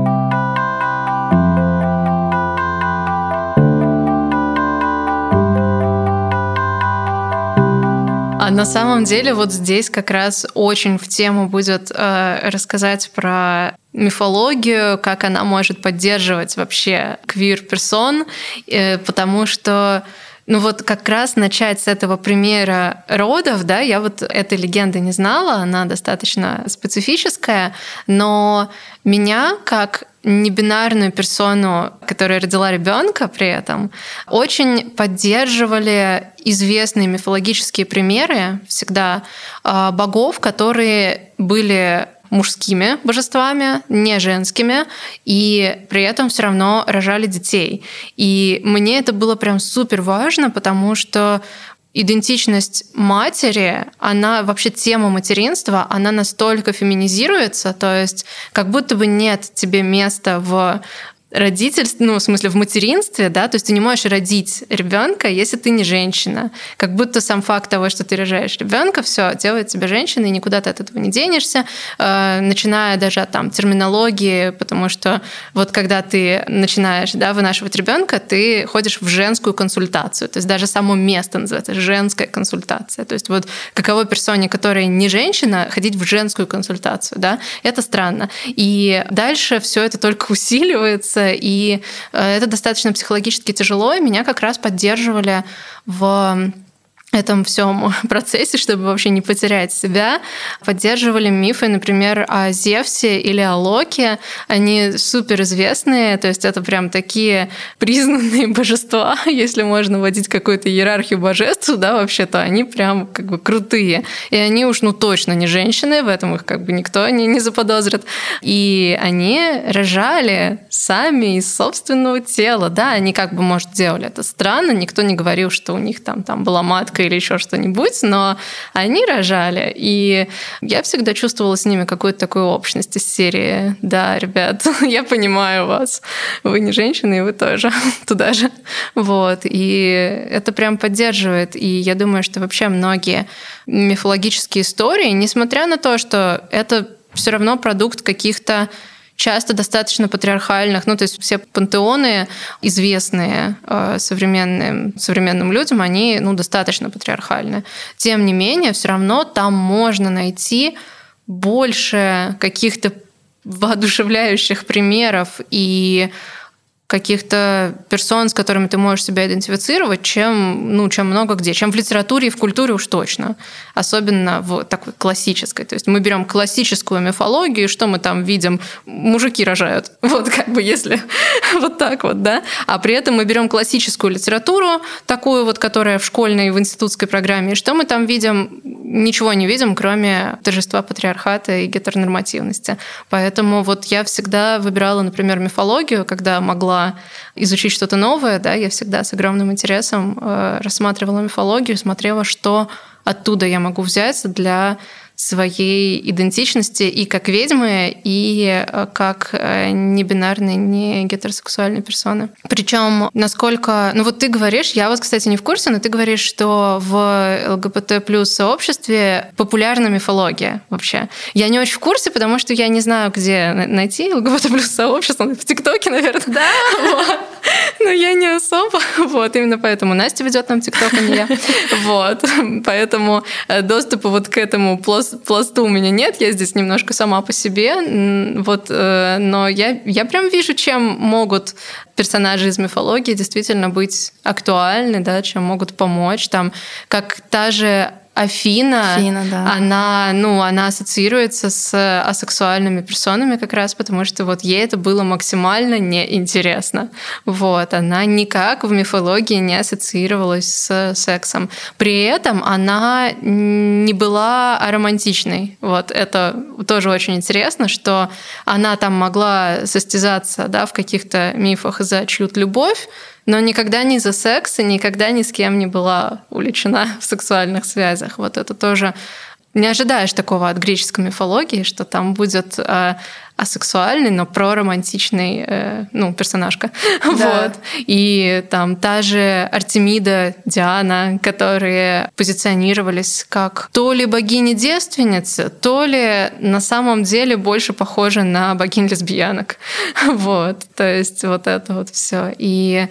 А на самом деле вот здесь как раз очень в тему будет рассказать про мифологию, как она может поддерживать вообще квир-персон, потому что как раз начать с этого примера родов, да, я вот этой легенды не знала, она достаточно специфическая, но меня, как небинарную персону, которая родила ребенка при этом, очень поддерживали известные мифологические примеры всегда богов, которые были мужскими божествами, не женскими, и при этом все равно рожали детей. И мне это было прям супер важно, потому что идентичность матери, она вообще тема материнства, она настолько феминизируется, то есть как будто бы нет тебе места в родительстве, в смысле в материнстве, да, то есть ты не можешь родить ребенка, если ты не женщина. Как будто сам факт того, что ты рожаешь ребенка, все делает тебя женщиной, и никуда ты от этого не денешься, начиная даже от терминологии, потому что вот когда ты начинаешь, да, вынашивать ребенка, ты ходишь в женскую консультацию, то есть даже само место называется женская консультация. То есть вот каково персоне, которая не женщина, ходить в женскую консультацию, да, это странно. И дальше все это только усиливается, и это достаточно психологически тяжело, и меня как раз поддерживали в этом всем процессе, чтобы вообще не потерять себя, поддерживали мифы, например, о Зевсе или о Локе. Они суперизвестные, то есть это прям такие признанные божества, если можно вводить какую-то иерархию божеств, да, вообще-то они прям как бы крутые. И они уж, точно не женщины, в этом их как бы никто не заподозрит. И они рожали сами из собственного тела, да, они как бы, может, делали это странно, никто не говорил, что у них там была матка или еще что-нибудь, но они рожали, и я всегда чувствовала с ними какую-то такую общность из серии: да, ребят, я понимаю вас, вы не женщины, и вы тоже туда же. Вот, и это прям поддерживает, и я думаю, что вообще многие мифологические истории, несмотря на то, что это все равно продукт каких-то часто достаточно патриархальных, то есть все пантеоны, известные современным людям, они достаточно патриархальны. Тем не менее, все равно там можно найти больше каких-то воодушевляющих примеров и каких-то персон, с которыми ты можешь себя идентифицировать, чем много где. Чем в литературе и в культуре уж точно. Особенно в такой классической. То есть мы берем классическую мифологию, и что мы там видим? Мужики рожают. Вот как бы если вот так вот, да. А при этом мы берем классическую литературу, такую вот, которая в школьной и в институтской программе. И что мы там видим? Ничего не видим, кроме торжества патриархата и гетеронормативности. Поэтому вот я всегда выбирала, например, мифологию, когда могла изучить что-то новое, да, я всегда с огромным интересом рассматривала мифологию, смотрела, что оттуда я могу взять для своей идентичности и как ведьмы, и как небинарной, не гетеросексуальной персоны. Причем, насколько... вот ты говоришь, я вот, кстати, не в курсе, но ты говоришь, что в ЛГБТ плюс сообществе популярна мифология вообще. Я не очень в курсе, потому что я не знаю, где найти ЛГБТ плюс сообщество. В ТикТоке, наверное. Да. Вот. Но я не особо. Вот, именно поэтому Настя ведет нам ТикТок, а не я. Вот. Поэтому доступа вот к этому пласту у меня нет, я здесь немножко сама по себе, вот, но я прям вижу, чем могут персонажи из мифологии действительно быть актуальны, да, чем могут помочь, там, как та же Афина, да. Она ассоциируется с асексуальными персонами как раз, потому что вот ей это было максимально неинтересно. Вот. Она никак в мифологии не ассоциировалась с сексом. При этом она не была аромантичной. Вот. Это тоже очень интересно, что она там могла состязаться, да, в каких-то мифах за чью-то любовь, но никогда не за секс и никогда ни с кем не была увлечена в сексуальных связях. Вот это тоже... Не ожидаешь такого от греческой мифологии, что там будет асексуальный, но проромантичный персонажка. Да. Вот. И там та же Артемида, Диана, которые позиционировались как то ли богини-девственницы, то ли на самом деле больше похожи на богинь-лесбиянок. Вот. То есть вот это вот все. И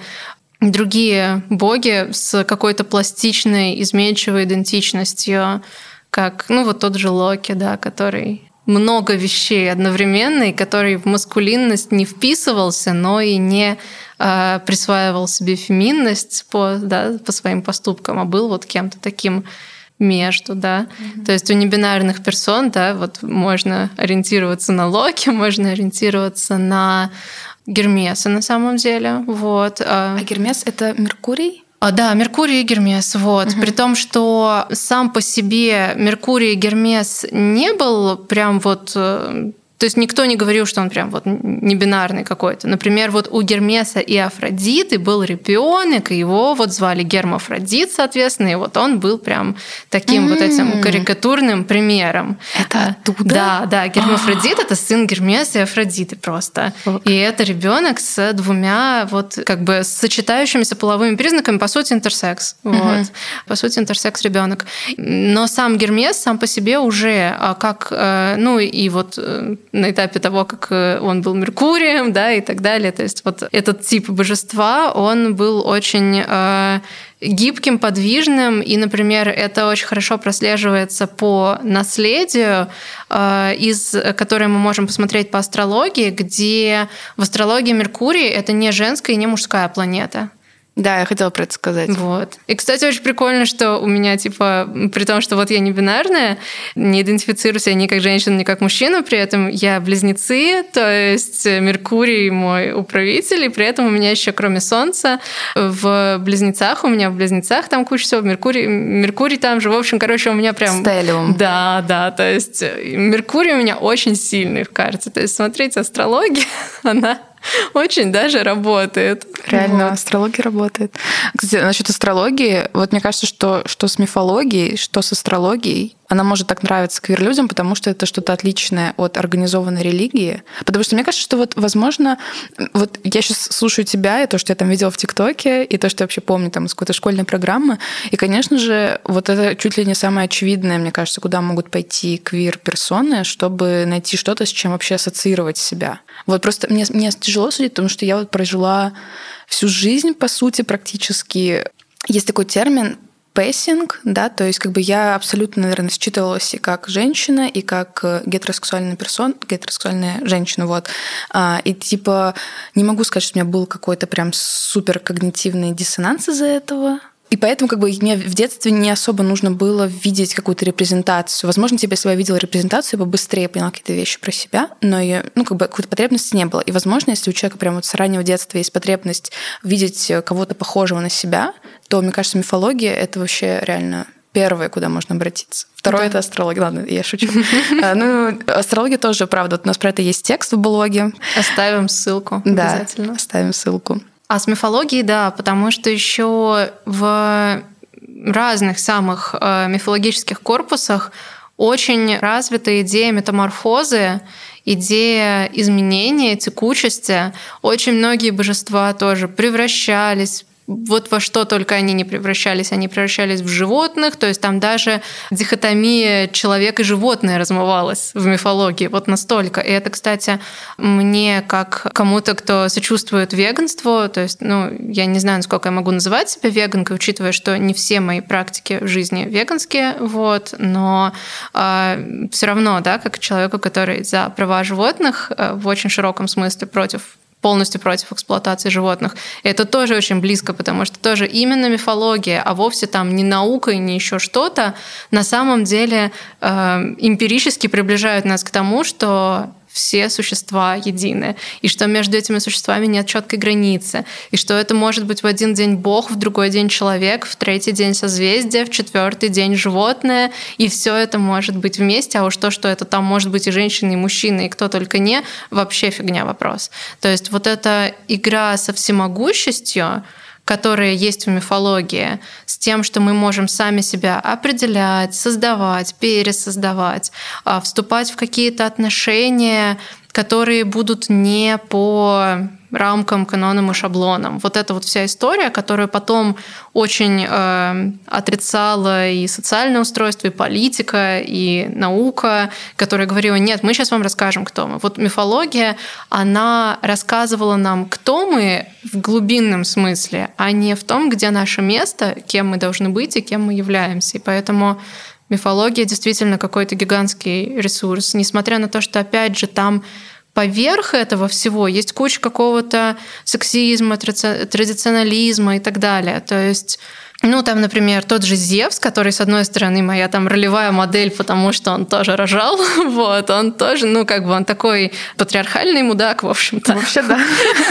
другие боги с какой-то пластичной, изменчивой идентичностью, как, вот тот же Локи, да, который много вещей одновременно, и который в маскулинность не вписывался, но и не присваивал себе феминность по своим поступкам, а был вот кем-то таким между, да. Mm-hmm. То есть у небинарных персон, да, вот можно ориентироваться на Локи, можно ориентироваться на Гермеса на самом деле. Вот. А Гермес — это Меркурий? Да, Меркурий и Гермес. Вот. При том, что сам по себе Меркурий и Гермес не был прям вот... То есть никто не говорил, что он прям вот небинарный какой-то. Например, вот у Гермеса и Афродиты был ребенок, и его вот звали Гермафродит, соответственно, и вот он был прям таким вот этим карикатурным примером. Это оттуда? Да, Гермафродит — это сын Гермеса и Афродиты просто. И это ребенок с двумя вот как бы сочетающимися половыми признаками, по сути, интерсекс. Вот. По сути, интерсекс ребенок. Но сам Гермес сам по себе уже как, и вот на этапе того, как он был Меркурием, да, и так далее. То есть вот этот тип божества, он был очень гибким, подвижным, и, например, это очень хорошо прослеживается по наследию, которое мы можем посмотреть по астрологии, где в астрологии Меркурий — это не женская и не мужская планета. Да, я хотела про это сказать. Вот. И, кстати, очень прикольно, что у меня, при том, что вот я не бинарная, не идентифицирую себя ни как женщина, ни как мужчина, при этом я близнецы, то есть Меркурий мой управитель, и при этом у меня еще, кроме Солнца, в близнецах там куча всего, Меркурий там же, в общем, у меня прям... Стелиум. Да, то есть Меркурий у меня очень сильный в карте, то есть смотрите, астрология, она... очень даже работает. Реально, вот. Астрология работает. Кстати, насчет астрологии, вот мне кажется, что с мифологией, что с астрологией, она может так нравиться квир-людям, потому что это что-то отличное от организованной религии. Потому что мне кажется, что вот, возможно, вот я сейчас слушаю тебя, и то, что я там видела в ТикТоке, и то, что я вообще помню там из какой-то школьной программы, и, конечно же, вот это чуть ли не самое очевидное, мне кажется, куда могут пойти квир-персоны, чтобы найти что-то, с чем вообще ассоциировать себя. Вот просто мне тяжело судить, потому что я вот прожила всю жизнь, по сути, практически. Есть такой термин пессинг, да, то есть как бы я абсолютно, наверное, считывалась и как женщина, и как гетеросексуальная женщина, вот. И типа не могу сказать, что у меня был какой-то прям супер когнитивный диссонанс из-за этого. И поэтому как бы мне в детстве не особо нужно было видеть какую-то репрезентацию. Возможно, если бы я видела репрезентацию, я бы быстрее поняла какие-то вещи про себя, но какой-то потребности не было. И, возможно, если у человека прямо вот с раннего детства есть потребность видеть кого-то похожего на себя, то, мне кажется, мифология — это вообще реально первое, куда можно обратиться. Второе — это астрология. Ладно, я шучу. Астрология тоже, правда. Вот у нас про это есть текст в блоге. Оставим ссылку обязательно. Да, оставим ссылку. А с мифологией, да, потому что еще в разных самых мифологических корпусах очень развита идея метаморфозы, идея изменения, текучести. Очень многие божества тоже превращались, вот во что только они не превращались. Они превращались в животных, то есть там даже дихотомия человек и животное размывалась в мифологии, вот настолько. И это, кстати, мне, как кому-то, кто сочувствует веганству, то есть, я не знаю, насколько я могу называть себя веганкой, учитывая, что не все мои практики в жизни веганские, вот, но все равно, да, как человеку, который за права животных в очень широком смысле полностью против эксплуатации животных. И это тоже очень близко, потому что тоже именно мифология, а вовсе там не наука и не еще что-то, на самом деле эмпирически приближают нас к тому, что все существа едины, и что между этими существами нет четкой границы, и что это может быть в один день Бог, в другой день человек, в третий день созвездие, в четвертый день животное, и все это может быть вместе, а уж то, что это там может быть и женщина, и мужчина, и кто только не, вообще фигня вопрос. То есть вот эта игра со всемогущестью, которые есть в мифологии, с тем, что мы можем сами себя определять, создавать, пересоздавать, вступать в какие-то отношения, которые будут не по рамкам, канонам и шаблонам. Вот эта вот вся история, которую потом очень отрицала и социальное устройство, и политика, и наука, которая говорила: нет, мы сейчас вам расскажем, кто мы. Вот мифология, она рассказывала нам, кто мы в глубинном смысле, а не в том, где наше место, кем мы должны быть и кем мы являемся. И поэтому мифология действительно какой-то гигантский ресурс, несмотря на то, что, опять же, там поверх этого всего есть куча какого-то сексизма, традиционализма и так далее. То есть, там, например, тот же Зевс, который, с одной стороны, моя там ролевая модель, потому что он тоже рожал, вот, он тоже, он такой патриархальный мудак, в общем-то. Вообще, да.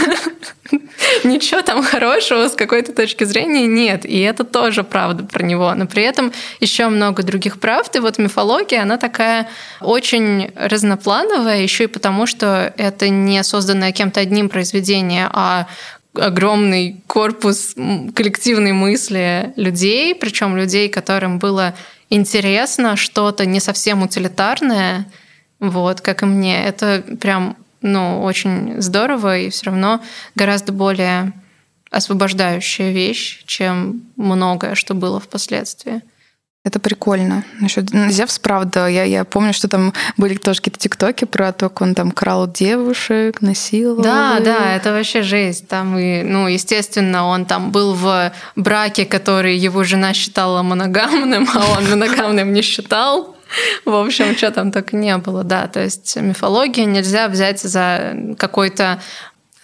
Ничего там хорошего с какой-то точки зрения нет, и это тоже правда про него. Но при этом еще много других правд, и вот мифология, она такая очень разноплановая, еще и потому, что это не созданное кем-то одним произведение, а огромный корпус коллективной мысли людей, причем людей, которым было интересно что-то не совсем утилитарное, вот, как и мне. Это прям очень здорово и все равно гораздо более освобождающая вещь, чем многое, что было впоследствии. Это прикольно. Насчет Зевс, правда, я помню, что там были тоже какие-то тиктоки про то, как он там крал девушек, насиловал. Да, это вообще жесть. Там и, естественно, он там был в браке, который его жена считала моногамным, а он моногамным не считал. В общем, что там только не было, да. То есть мифологию нельзя взять за какой-то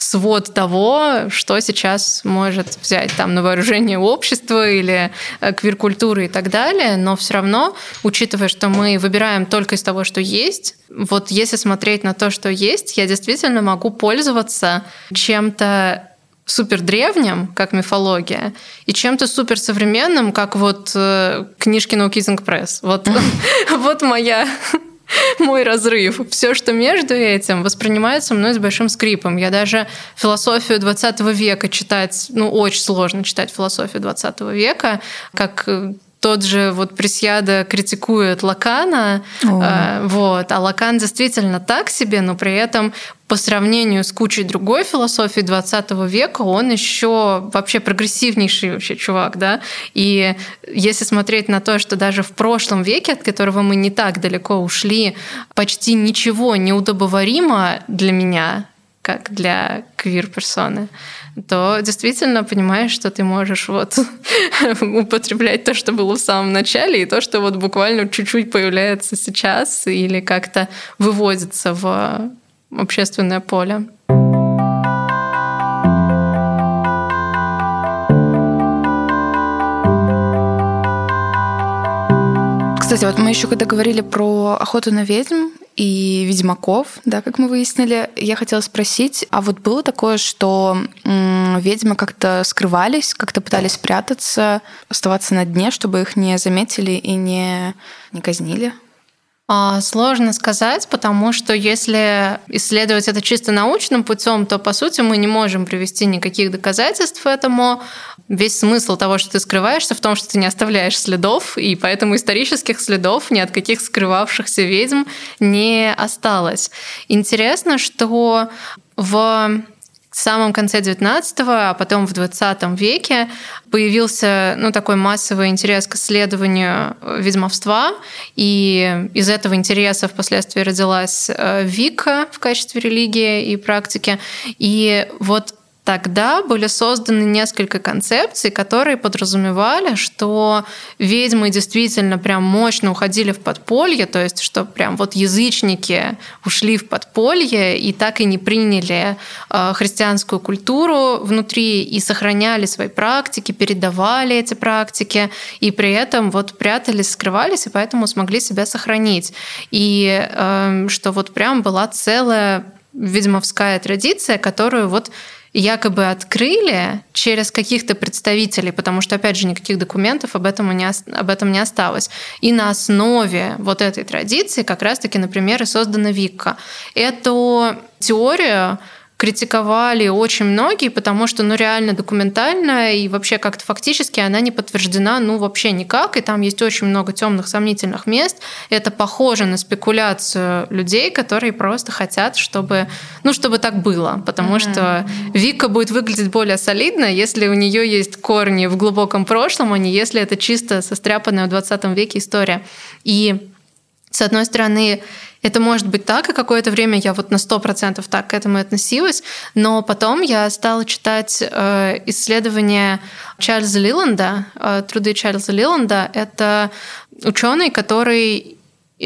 свод того, что сейчас может взять там на вооружение общество или квир-культуры и так далее, но все равно, учитывая, что мы выбираем только из того, что есть, вот если смотреть на то, что есть, я действительно могу пользоваться чем-то супер древним, как мифология, и чем-то супер современным, как вот книжки No Kissing Press. Вот мой разрыв. Все, что между этим, воспринимается мной с большим скрипом. Я даже философию 20 века читать, очень сложно читать философию 20 века, как тот же вот Пресьядо критикует Лакана, а Лакан действительно так себе, но при этом по сравнению с кучей другой философии 20 века он еще вообще прогрессивнейший вообще чувак, да. И если смотреть на то, что даже в прошлом веке, от которого мы не так далеко ушли, почти ничего не удобоваримо для меня, как для квир-персоны, то действительно понимаешь, что ты можешь употреблять то, что было в самом начале, и то, что вот буквально чуть-чуть появляется сейчас или как-то выводится в общественное поле. Кстати, вот мы еще когда говорили про охоту на ведьм и ведьмаков, да, как мы выяснили, я хотела спросить, а вот было такое, что ведьмы как-то скрывались, как-то пытались прятаться, оставаться на дне, чтобы их не заметили и не казнили? Сложно сказать, потому что если исследовать это чисто научным путем, то, по сути, мы не можем привести никаких доказательств этому. Весь смысл того, что ты скрываешься, в том, что ты не оставляешь следов, и поэтому исторических следов ни от каких скрывавшихся ведьм не осталось. Интересно, что в самом конце XIX, а потом в XX веке появился такой массовый интерес к исследованию ведьмовства, и из этого интереса впоследствии родилась Вика в качестве религии и практики. И вот тогда были созданы несколько концепций, которые подразумевали, что ведьмы действительно прям мощно уходили в подполье, то есть что прям вот язычники ушли в подполье и так и не приняли христианскую культуру внутри и сохраняли свои практики, передавали эти практики, и при этом вот прятались, скрывались, и поэтому смогли себя сохранить. И что вот прям была целая ведьмовская традиция, которую вот якобы открыли через каких-то представителей, потому что, опять же, никаких документов об этом не осталось. И на основе вот этой традиции как раз-таки, например, и создана Викка. Эту теорию критиковали очень многие, потому что, реально документально и вообще как-то фактически она не подтверждена, вообще никак, и там есть очень много темных, сомнительных мест. Это похоже на спекуляцию людей, которые просто хотят, чтобы так было, потому что Вика будет выглядеть более солидно, если у нее есть корни в глубоком прошлом, а не если это чисто состряпанная в 20 веке история. И с одной стороны, это может быть так, и какое-то время я вот на 100% так к этому относилась, но потом я стала читать исследования Чарльза Лиланда, труды Чарльза Лиланда. Это ученый, который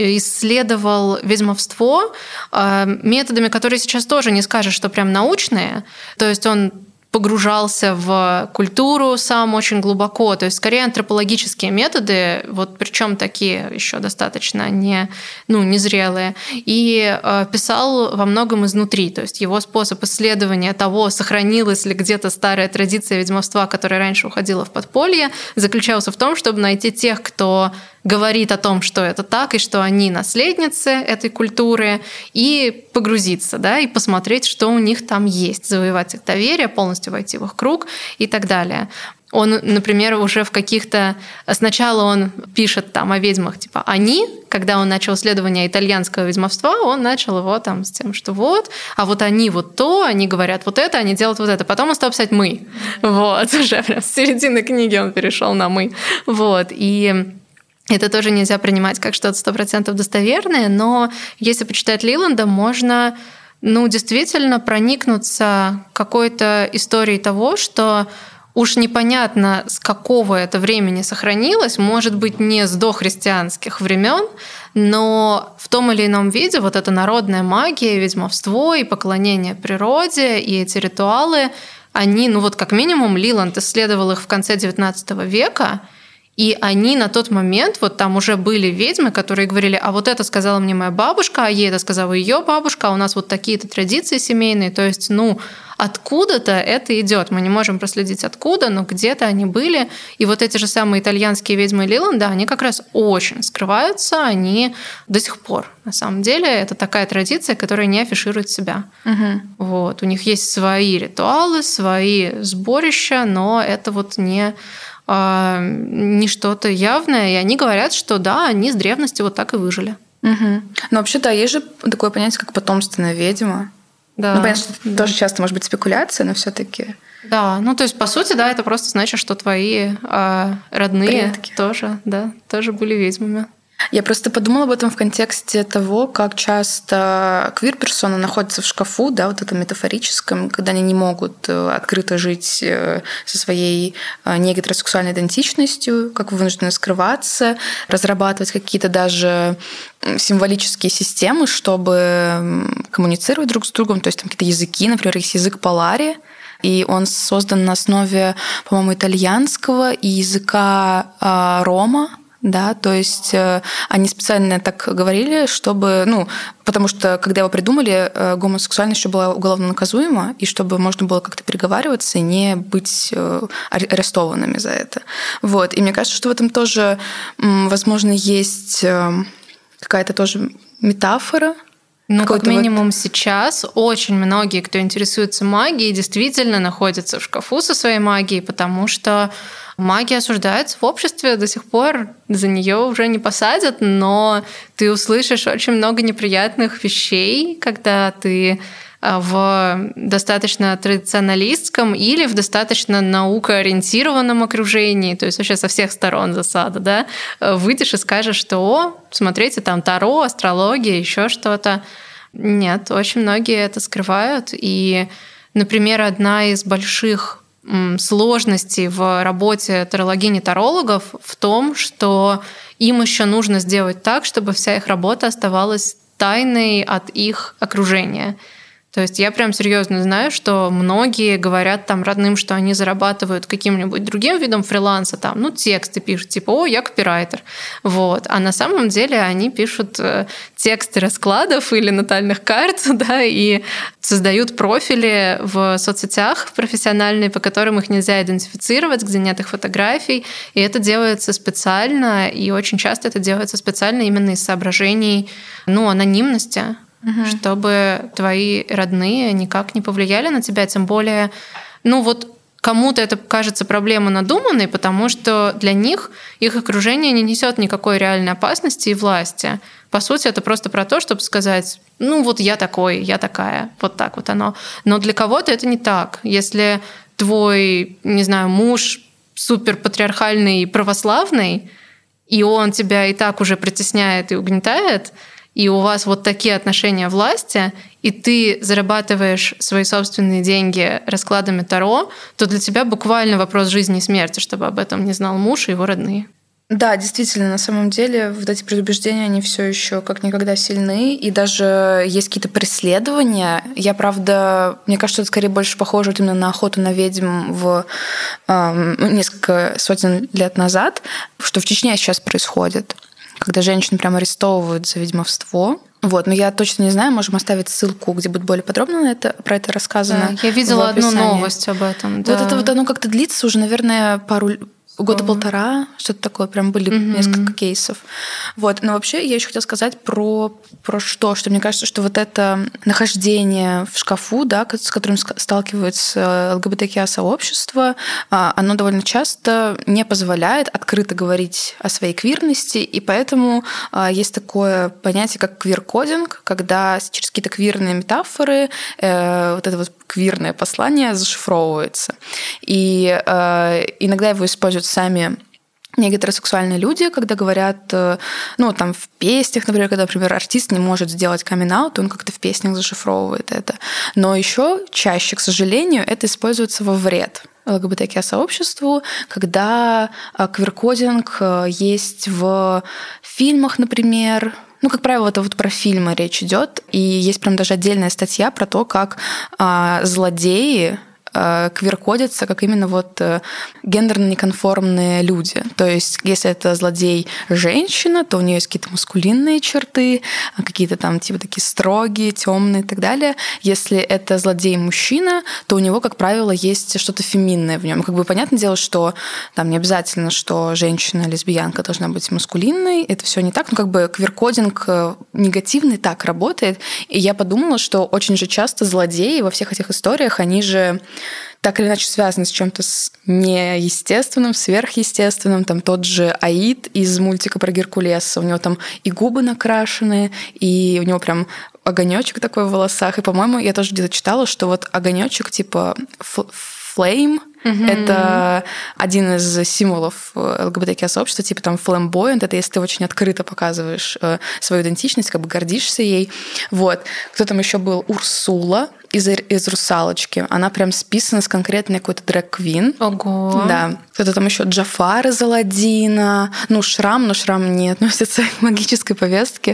исследовал ведьмовство методами, которые сейчас тоже не скажешь, что прям научные. То есть он погружался в культуру сам очень глубоко, то есть скорее антропологические методы, причем такие еще достаточно незрелые, и писал во многом изнутри, то есть его способ исследования того, сохранилась ли где-то старая традиция ведьмовства, которая раньше уходила в подполье, заключался в том, чтобы найти тех, кто говорит о том, что это так, и что они наследницы этой культуры, и погрузиться, да, и посмотреть, что у них там есть, завоевать их доверие, полностью войти в их круг и так далее. Он, например, уже в каких-то... Сначала он пишет там о ведьмах, типа «они», когда он начал исследование итальянского ведьмовства, он начал его там с тем, что а вот они вот то, они говорят вот это, они делают вот это. Потом он стал писать «мы». Уже прям с середины книги он перешел на «мы». И это тоже нельзя принимать как что-то 100% достоверное, но если почитать Лиланда, можно действительно проникнуться какой-то историей того, что уж непонятно, с какого это времени сохранилось, может быть, не с дохристианских времен, но в том или ином виде вот эта народная магия, ведьмовство и поклонение природе, и эти ритуалы, они, ну вот как минимум, Лиланд исследовал их в конце XIX века, и они на тот момент, вот там уже были ведьмы, которые говорили, а вот это сказала мне моя бабушка, а ей это сказала ее бабушка, а у нас вот такие-то традиции семейные. То есть, ну, откуда-то это идет. Мы не можем проследить откуда, но где-то они были. И вот эти же самые итальянские ведьмы Лиланда, они как раз очень скрываются, они до сих пор. На самом деле это такая традиция, которая не афиширует себя. Вот. У них есть свои ритуалы, свои сборища, но это вот не что-то явное, и они говорят, что да, они с древности вот так и выжили. Но вообще, да, есть же такое понятие, как потомственная ведьма. Да. Ну, понятно, что тоже часто может быть спекуляция, но все-таки. Да, ну то есть, по сути, да, это просто значит, что твои родные предки тоже были ведьмами. Я просто подумала об этом в контексте того, как часто квир-персоны находятся в шкафу, да, вот этом метафорическом, когда они не могут открыто жить со своей негетеросексуальной идентичностью, как вынуждены скрываться, разрабатывать какие-то даже символические системы, чтобы коммуницировать друг с другом, то есть там какие-то языки, например, есть язык Полари, и он создан на основе, по-моему, итальянского и языка рома. Да, то есть они специально так говорили, чтобы, ну, потому что когда его придумали, гомосексуальность еще была уголовно наказуема, и чтобы можно было как-то переговариваться и не быть арестованными за это. Вот. И мне кажется, что в этом тоже, возможно, есть какая-то тоже метафора. Ну, как минимум сейчас очень многие, кто интересуется магией, действительно находятся в шкафу со своей магией, потому что магия осуждается в обществе до сих пор, за нее уже не посадят, но ты услышишь очень много неприятных вещей, когда ты в достаточно традиционалистском или в достаточно наукоориентированном окружении, то есть вообще со всех сторон засада, да, выйдешь и скажешь, что «О, смотрите, там Таро, астрология, еще что-то». Нет, очень многие это скрывают. И, например, одна из больших сложностей в работе тарологинь-тарологов в том, что им еще нужно сделать так, чтобы вся их работа оставалась тайной от их окружения. То есть я прям серьезно знаю, что многие говорят там родным, что они зарабатывают каким-нибудь другим видом фриланса, там, ну, тексты пишут, типа, о, я копирайтер. Вот. А на самом деле они пишут тексты раскладов или натальных карт, да, и создают профили в соцсетях профессиональные, по которым их нельзя идентифицировать, где нет их фотографий. И это делается специально, и очень часто это делается специально именно из соображений, ну, анонимности, чтобы твои родные никак не повлияли на тебя, тем более, ну вот кому-то это кажется проблема надуманной, потому что для них их окружение не несет никакой реальной опасности и власти. По сути, это просто про то, чтобы сказать, ну вот я такой, я такая, вот так вот оно. Но для кого-то это не так. Если твой, не знаю, муж суперпатриархальный и православный, и он тебя и так уже притесняет и угнетает, и у вас вот такие отношения власти, и ты зарабатываешь свои собственные деньги раскладами Таро, то для тебя буквально вопрос жизни и смерти, чтобы об этом не знал муж и его родные. Да, действительно, на самом деле вот эти предубеждения, они все еще как никогда сильны, и даже есть какие-то преследования. Я, правда, мне кажется, это скорее больше похоже именно на охоту на ведьм в несколько сотен лет назад, что в Чечне сейчас происходит, когда женщин прямо арестовывают за ведьмовство. Вот, но я точно не знаю, можем оставить ссылку, где будет более подробно про это рассказано. Да, я видела одну новость об этом. Да. Вот это вот оно как-то длится уже, наверное, года-полтора, что-то такое, прям были несколько кейсов. Вот. Но вообще я еще хотела сказать про что мне кажется, что вот это нахождение в шкафу, да, с которым сталкивается ЛГБТК-сообщество, оно довольно часто не позволяет открыто говорить о своей квирности, и поэтому есть такое понятие, как квир-кодинг, когда через какие-то квирные метафоры вот это вот квирное послание зашифровывается. И иногда его используют сами негетеросексуальные люди, когда говорят, ну, там, в песнях, например, когда, например, артист не может сделать камин-аут, он как-то в песнях зашифровывает это. Но еще чаще, к сожалению, это используется во вред ЛГБТК-сообществу, когда квир-кодинг есть в фильмах, например. Ну, как правило, это вот про фильмы речь идет, и есть прям даже отдельная статья про то, как злодеи квир-кодятся как именно вот гендерно неконформные люди. То есть, если это злодей женщина, то у нее есть какие-то маскулинные черты, какие-то там типа такие строгие, темные и так далее. Если это злодей мужчина, то у него, как правило, есть что-то феминное в нем. Как бы понятное дело, что там не обязательно, что женщина-лесбиянка должна быть маскулинной. Это все не так. Но как бы квир-кодинг негативный так работает. И я подумала, что очень же часто злодеи во всех этих историях, они же так или иначе связаны с чем-то неестественным, сверхъестественным. Там тот же Аид из мультика про Геркулеса. У него там и губы накрашены, и у него прям огонечек такой в волосах. И, по-моему, я тоже где-то читала, что вот огонечек типа flame — это один из символов ЛГБТК-сообщества, типа там flamboyant — это если ты очень открыто показываешь свою идентичность, как бы гордишься ей. Вот. Кто там еще был? Урсула из «Русалочки». Она прям списана с конкретной какой-то дрэг-квин. Ого. Да. Кто-то там еще Джафар из «Аладдина». Ну, Шрам, но Шрам не относится к магической повестке.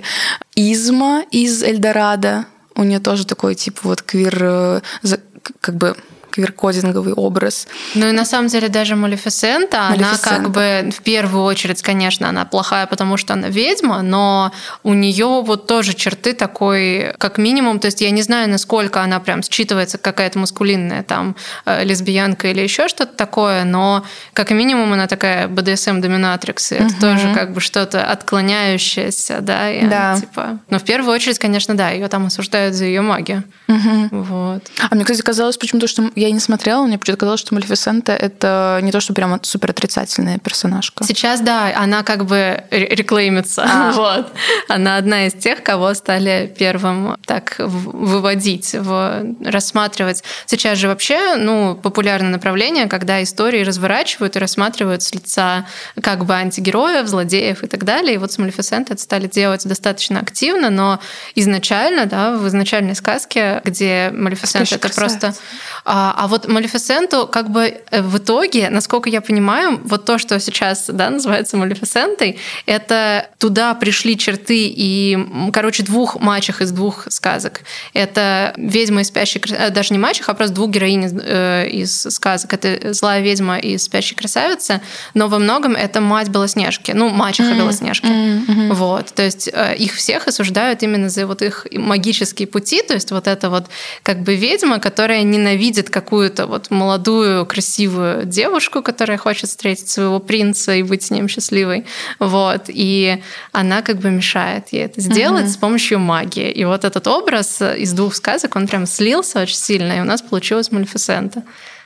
Изма из «Эльдорадо». У нее тоже такой типа вот квир, как бы квир-кодинговый образ. Ну и на самом деле даже Малефисента, она как бы в первую очередь, конечно, она плохая, потому что она ведьма, но у нее вот тоже черты такой, как минимум, то есть я не знаю, насколько она прям считывается какая-то маскулинная там лесбиянка или еще что-то такое, но как минимум она такая BDSM-доминатрикс, и это тоже как бы что-то отклоняющееся, да, и она, типа... Но в первую очередь, конечно, да, ее там осуждают за ее магию. Вот. А мне, кстати, казалось почему-то, что я не смотрела, мне почему-то казалось, что Малефисента — это не то, что прям супер отрицательная персонажка. Сейчас, да, она как бы реклеймится. Вот. Она одна из тех, кого стали первым так выводить, рассматривать. Сейчас же вообще популярное направление, когда истории разворачивают и рассматривают с лица как бы антигероев, злодеев и так далее. И вот с Малефисентой это стали делать достаточно активно, но изначально, да, в изначальной сказке, где Малефисента — это просто... А вот Малефисенту как бы в итоге, насколько я понимаю, вот то, что сейчас, да, называется Малефисентой, это туда пришли черты и, короче, двух мачех из двух сказок. Это ведьма из спящей... Даже не мачех, а просто двух героинь из сказок. Это злая ведьма и спящая красавица, но во многом это мать Белоснежки, мачеха Белоснежки. Вот. То есть их всех осуждают именно за вот их магические пути, то есть вот это вот как бы ведьма, которая ненавидит какую-то вот молодую, красивую девушку, которая хочет встретить своего принца и быть с ним счастливой. Вот. И она как бы мешает ей это сделать с помощью магии. И вот этот образ из двух сказок, он прям слился очень сильно, и у нас получилась Малефисента.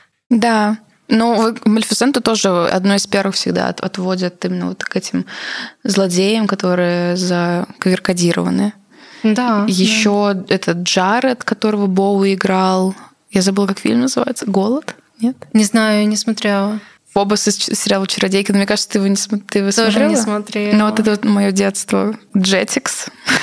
Да. Но Малефисенту тоже одной из первых всегда отводят именно вот к этим злодеям, которые заквир-кодированы. Да. Еще этот Джаред, которого Боуи играл. Я забыла, как фильм называется. «Голод»? Нет? Не знаю, не смотрела. Оба сериала «Чародейки», но мне кажется, ты его Тоже смотрела? не смотрела. Ну вот это вот мое детство. Джетикс.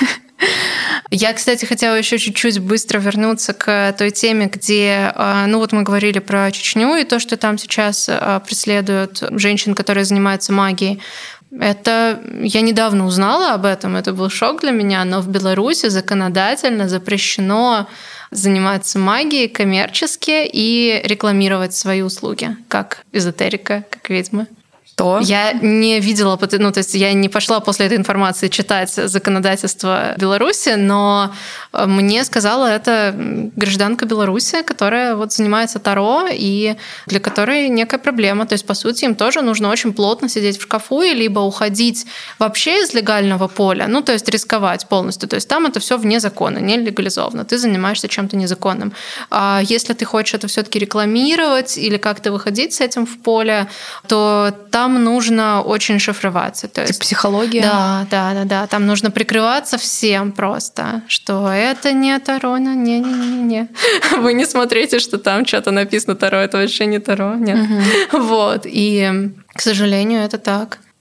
Я, кстати, хотела еще чуть-чуть быстро вернуться к той теме, где, вот мы говорили про Чечню и то, что там сейчас преследуют женщин, которые занимаются магией. Это я недавно узнала об этом, это был шок для меня, но в Беларуси законодательно запрещено заниматься магией коммерчески и рекламировать свои услуги, как эзотерика, как ведьмы. Что? Я не видела, то есть я не пошла после этой информации читать законодательство Беларуси, но мне сказала это гражданка Беларуси, которая вот занимается таро, и для которой некая проблема. То есть, по сути, им тоже нужно очень плотно сидеть в шкафу и либо уходить вообще из легального поля, то есть рисковать полностью. То есть там это все вне закона, не легализовано. Ты занимаешься чем-то незаконным. А если ты хочешь это все-таки рекламировать или как-то выходить с этим в поле, то там нужно очень шифроваться. То есть, психология? Да. Там нужно прикрываться всем просто, что это не таро, не. Вы не смотрите, что там что-то написано таро, это вообще не таро, нет. Вот. И, к сожалению, это так.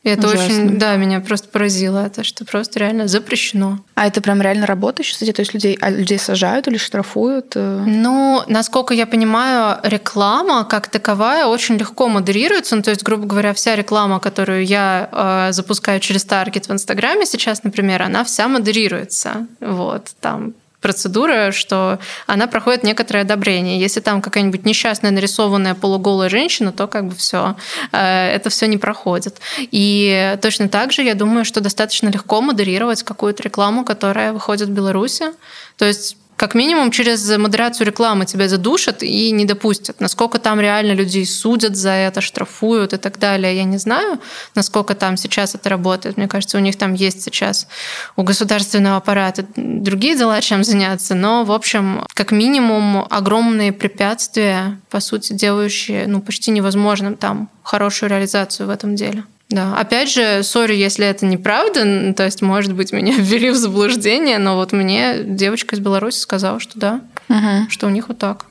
И это Ужасно. очень, да, меня просто поразило, это что просто реально запрещено. А это прям реально работающие статьи? То есть людей сажают или штрафуют? Ну, насколько я понимаю, реклама как таковая очень легко модерируется. Ну, то есть, грубо говоря, вся реклама, которую я запускаю через Таргет в Инстаграме сейчас, например, она вся модерируется. Вот, там процедура, что она проходит некоторое одобрение. Если там какая-нибудь несчастная нарисованная полуголая женщина, то как бы все, это все не проходит. И точно так же я думаю, что достаточно легко модерировать какую-то рекламу, которая выходит в Беларуси. То есть как минимум через модерацию рекламы тебя задушат и не допустят. Насколько там реально людей судят за это, штрафуют и так далее, я не знаю, насколько там сейчас это работает. Мне кажется, у них там есть сейчас у государственного аппарата другие дела, чем заняться. Но, в общем, как минимум огромные препятствия, по сути, делающие почти невозможным там хорошую реализацию в этом деле. Да, опять же, сори, если это неправда, то есть, может быть, меня ввели в заблуждение, но вот мне девочка из Беларуси сказала, что да, что у них вот так.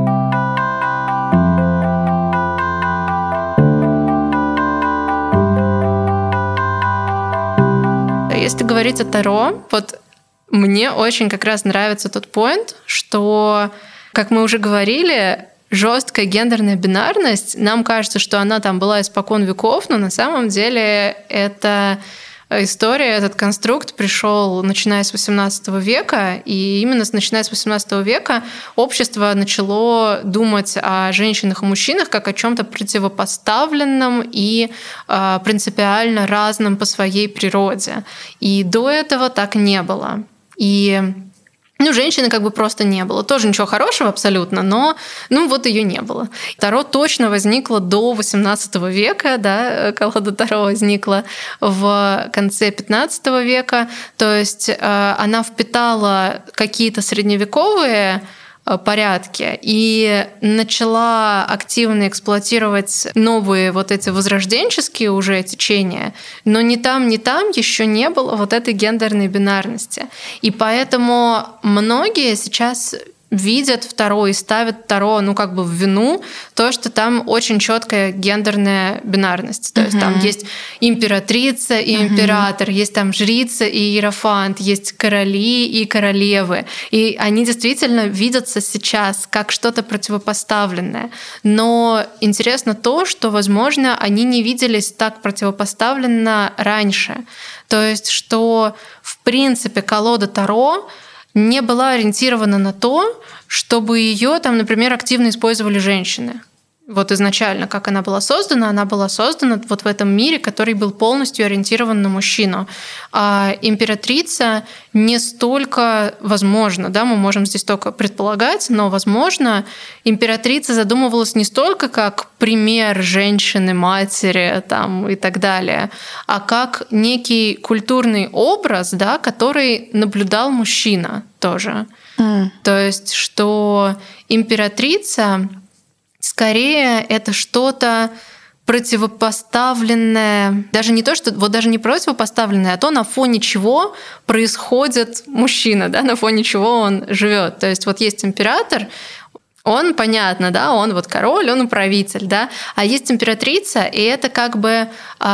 Если говорить о Таро, вот мне очень как раз нравится тот поинт, что, как мы уже говорили, жесткая гендерная бинарность, нам кажется, что она там была испокон веков, но на самом деле эта история, этот конструкт пришел начиная с XVIII века, и именно начиная с XVIII века общество начало думать о женщинах и мужчинах как о чем-то противопоставленном и принципиально разном по своей природе. И до этого так не было. И женщины как бы просто не было. Тоже ничего хорошего абсолютно, но вот ее не было. Таро точно возникло до XVIII века, да, колода Таро возникла в конце XV века, то есть она впитала какие-то средневековые порядке и начала активно эксплуатировать новые вот эти возрожденческие уже течения, но ни там еще не было вот этой гендерной бинарности. И поэтому многие сейчас видят в Таро и ставят Таро, в вину то, что там очень четкая гендерная бинарность. То есть там есть императрица и император, есть там жрица и иерофант, есть короли и королевы. И они действительно видятся сейчас как что-то противопоставленное. Но интересно то, что, возможно, они не виделись так противопоставленно раньше. То есть, что, в принципе, колода Таро не была ориентирована на то, чтобы ее там, например, активно использовали женщины. Вот изначально, как она была создана вот в этом мире, который был полностью ориентирован на мужчину. А императрица не столько, возможно, да, мы можем здесь только предполагать, но, возможно, императрица задумывалась не столько как пример женщины, матери там, и так далее, а как некий культурный образ, да, который наблюдал мужчина тоже. То есть, что императрица скорее это что-то противопоставленное, даже не то, что даже не противопоставленное, а то, на фоне чего происходит мужчина, да, на фоне чего он живет. То есть вот есть император, он, понятно, да, он вот король, он управитель, да, а есть императрица, и это как бы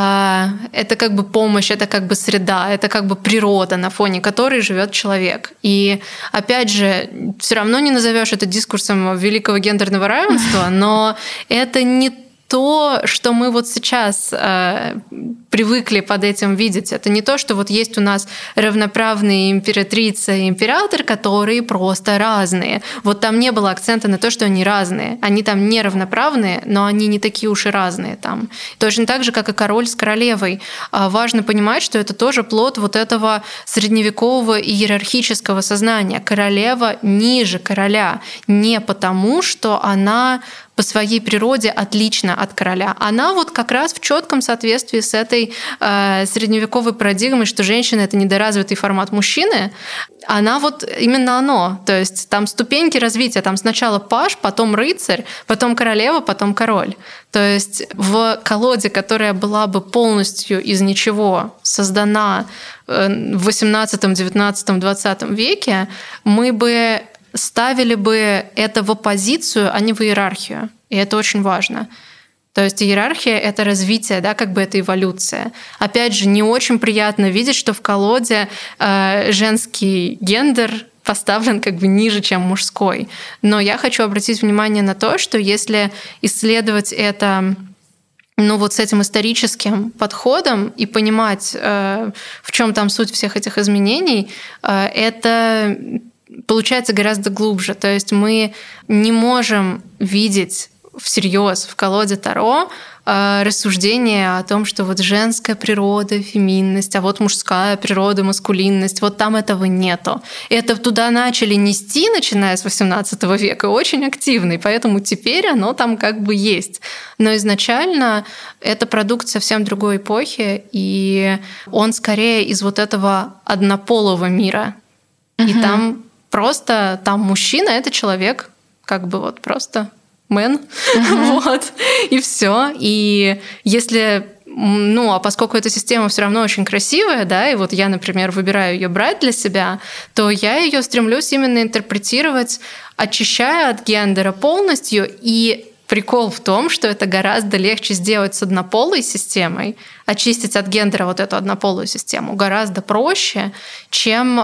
помощь, это как бы среда, это как бы природа, на фоне которой живет человек. И опять же, все равно не назовешь это дискурсом великого гендерного равенства, но это не то, что мы вот сейчас привыкли под этим видеть. Это не то, что вот есть у нас равноправные императрица и император, которые просто разные. Вот там не было акцента на то, что они разные. Они там не равноправные, но они не такие уж и разные там. Точно так же, как и король с королевой. Важно понимать, что это тоже плод вот этого средневекового иерархического сознания. Королева ниже короля. Не потому, что она по своей природе отлична от короля. Она вот как раз в четком соответствии с этой средневековой парадигмой, что женщина — это недоразвитый формат мужчины, она вот именно оно. То есть там ступеньки развития. Там сначала паж, потом рыцарь, потом королева, потом король. То есть в колоде, которая была бы полностью из ничего создана в XVIII, XIX, XX веке, мы бы ставили бы это в оппозицию, а не в иерархию. И это очень важно. То есть иерархия — это развитие, да, как бы это эволюция. Опять же, не очень приятно видеть, что в колоде женский гендер поставлен как бы ниже, чем мужской. Но я хочу обратить внимание на то, что если исследовать это вот с этим историческим подходом и понимать, в чем там суть всех этих изменений, это получается гораздо глубже. То есть мы не можем видеть всерьез в колоде Таро рассуждение о том, что вот женская природа, феминность, а вот мужская природа, маскулинность, вот там этого нету. Это туда начали нести, начиная с XVIII века, очень активный, поэтому теперь оно там как бы есть. Но изначально это продукт совсем другой эпохи, и он скорее из вот этого однополого мира. И там мужчина — это человек, как бы вот просто мэн, вот, и все. И если, а поскольку эта система все равно очень красивая, да, и вот я, например, выбираю ее брать для себя, то я ее стремлюсь именно интерпретировать, очищая от гендера полностью. И прикол в том, что это гораздо легче сделать с однополой системой, очистить от гендера вот эту однополую систему гораздо проще, чем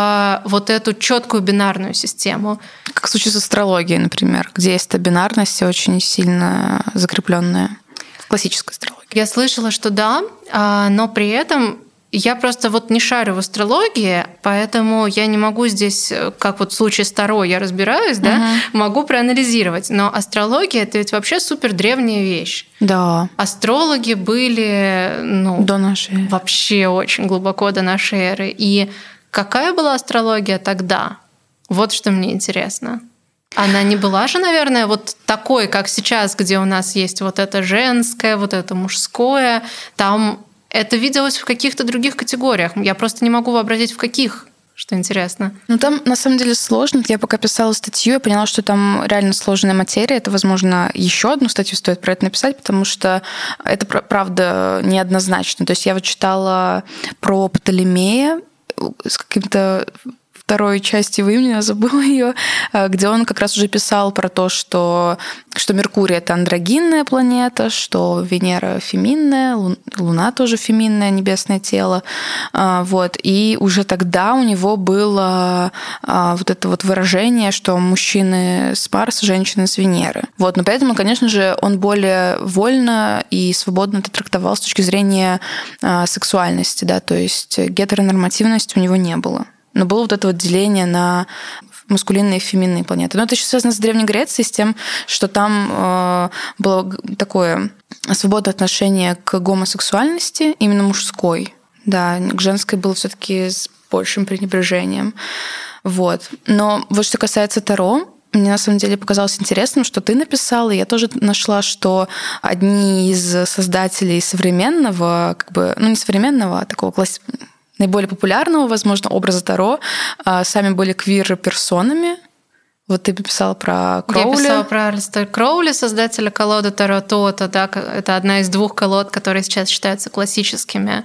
вот эту четкую бинарную систему. Как в случае с астрологией, например, где есть эта бинарность очень сильно закрепленная в классической астрологии. Я слышала, что да, но при этом я просто вот не шарю в астрологии, поэтому я не могу здесь, как вот в случае с Таро я разбираюсь, да, могу проанализировать. Но астрология — это ведь вообще супер древняя вещь. Да. Астрологи были, до нашей эры. Вообще очень глубоко до нашей эры. И какая была астрология тогда? Вот что мне интересно. Она не была же, наверное, вот такой, как сейчас, где у нас есть вот это женское, вот это мужское. Там это виделось в каких-то других категориях. Я просто не могу вообразить, в каких, что интересно. Там на самом деле сложно. Я пока писала статью, я поняла, что там реально сложная материя. Это, возможно, еще одну статью стоит про это написать, потому что это, правда, неоднозначно. То есть я вот читала про Птолемея с каким-то второй части его имени, я забыла ее, где он как раз уже писал про то, что Меркурий — это андрогинная планета, что Венера феминная, Луна тоже феминное небесное тело. Вот. И уже тогда у него было вот это вот выражение, что мужчины с Марса, женщины с Венеры. Вот. Но поэтому, конечно же, он более вольно и свободно это трактовал с точки зрения сексуальности, да, то есть гетеронормативности у него не было. Но было вот это вот деление на маскулинные и феминные планеты. Но это еще связано с Древней Грецией, с тем, что там было такое свободное отношение к гомосексуальности, именно мужской. Да, к женской было все-таки с большим пренебрежением. Вот. Но вот что касается Таро, мне на самом деле показалось интересным, что ты написала, и я тоже нашла, что одни из создателей современного, не современного, а такого наиболее популярного, возможно, образа Таро сами были квир-персонами. Вот ты писала про Кроули. Я писала про Алистера Кроули, создателя колоды Таро Тота. Да, это одна из двух колод, которые сейчас считаются классическими.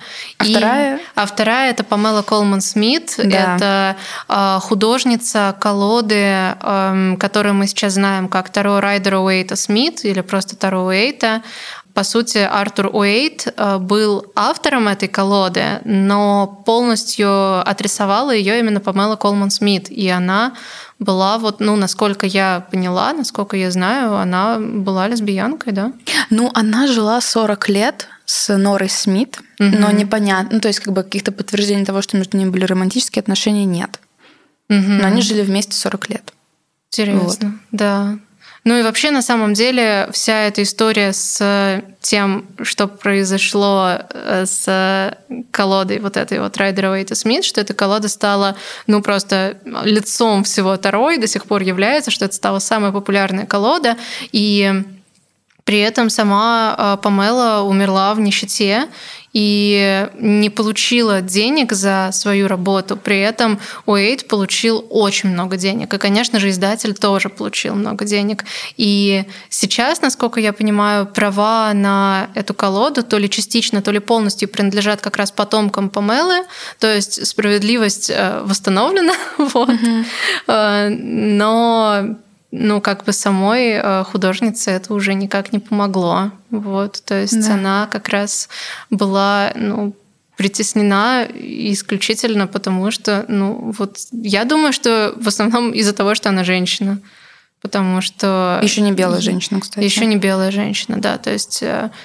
А вторая — это Памела Колман Смит. Да. Это художница колоды, которую мы сейчас знаем как Таро Райдера Уэйта Смит или просто Таро Уэйта. По сути, Артур Уэйт был автором этой колоды, но полностью отрисовала ее именно Памела Колман Смит. И она была, насколько я поняла, насколько я знаю, она была лесбиянкой, да? Она жила 40 лет с Норой Смит, но непонятно, то есть каких-то подтверждений того, что между ними были романтические отношения, нет. Но они жили вместе 40 лет. Интересно, вот. Да. И вообще, на самом деле, вся эта история с тем, что произошло с колодой вот этой вот Райдера Уэйта Смит, что эта колода стала, просто лицом всего Таро и до сих пор является, что это стала самая популярная колода, и при этом сама Памела умерла в нищете и не получила денег за свою работу. При этом Уэйт получил очень много денег. И, конечно же, издатель тоже получил много денег. И сейчас, насколько я понимаю, права на эту колоду то ли частично, то ли полностью принадлежат как раз потомкам Памелы. То есть справедливость восстановлена. Вот. Но как бы самой художнице это уже никак не помогло. Вот, то есть она как раз была, притеснена исключительно потому, что, я думаю, что в основном из-за того, что она женщина. Потому что... Еще не белая женщина, кстати. Еще не белая женщина, да. То есть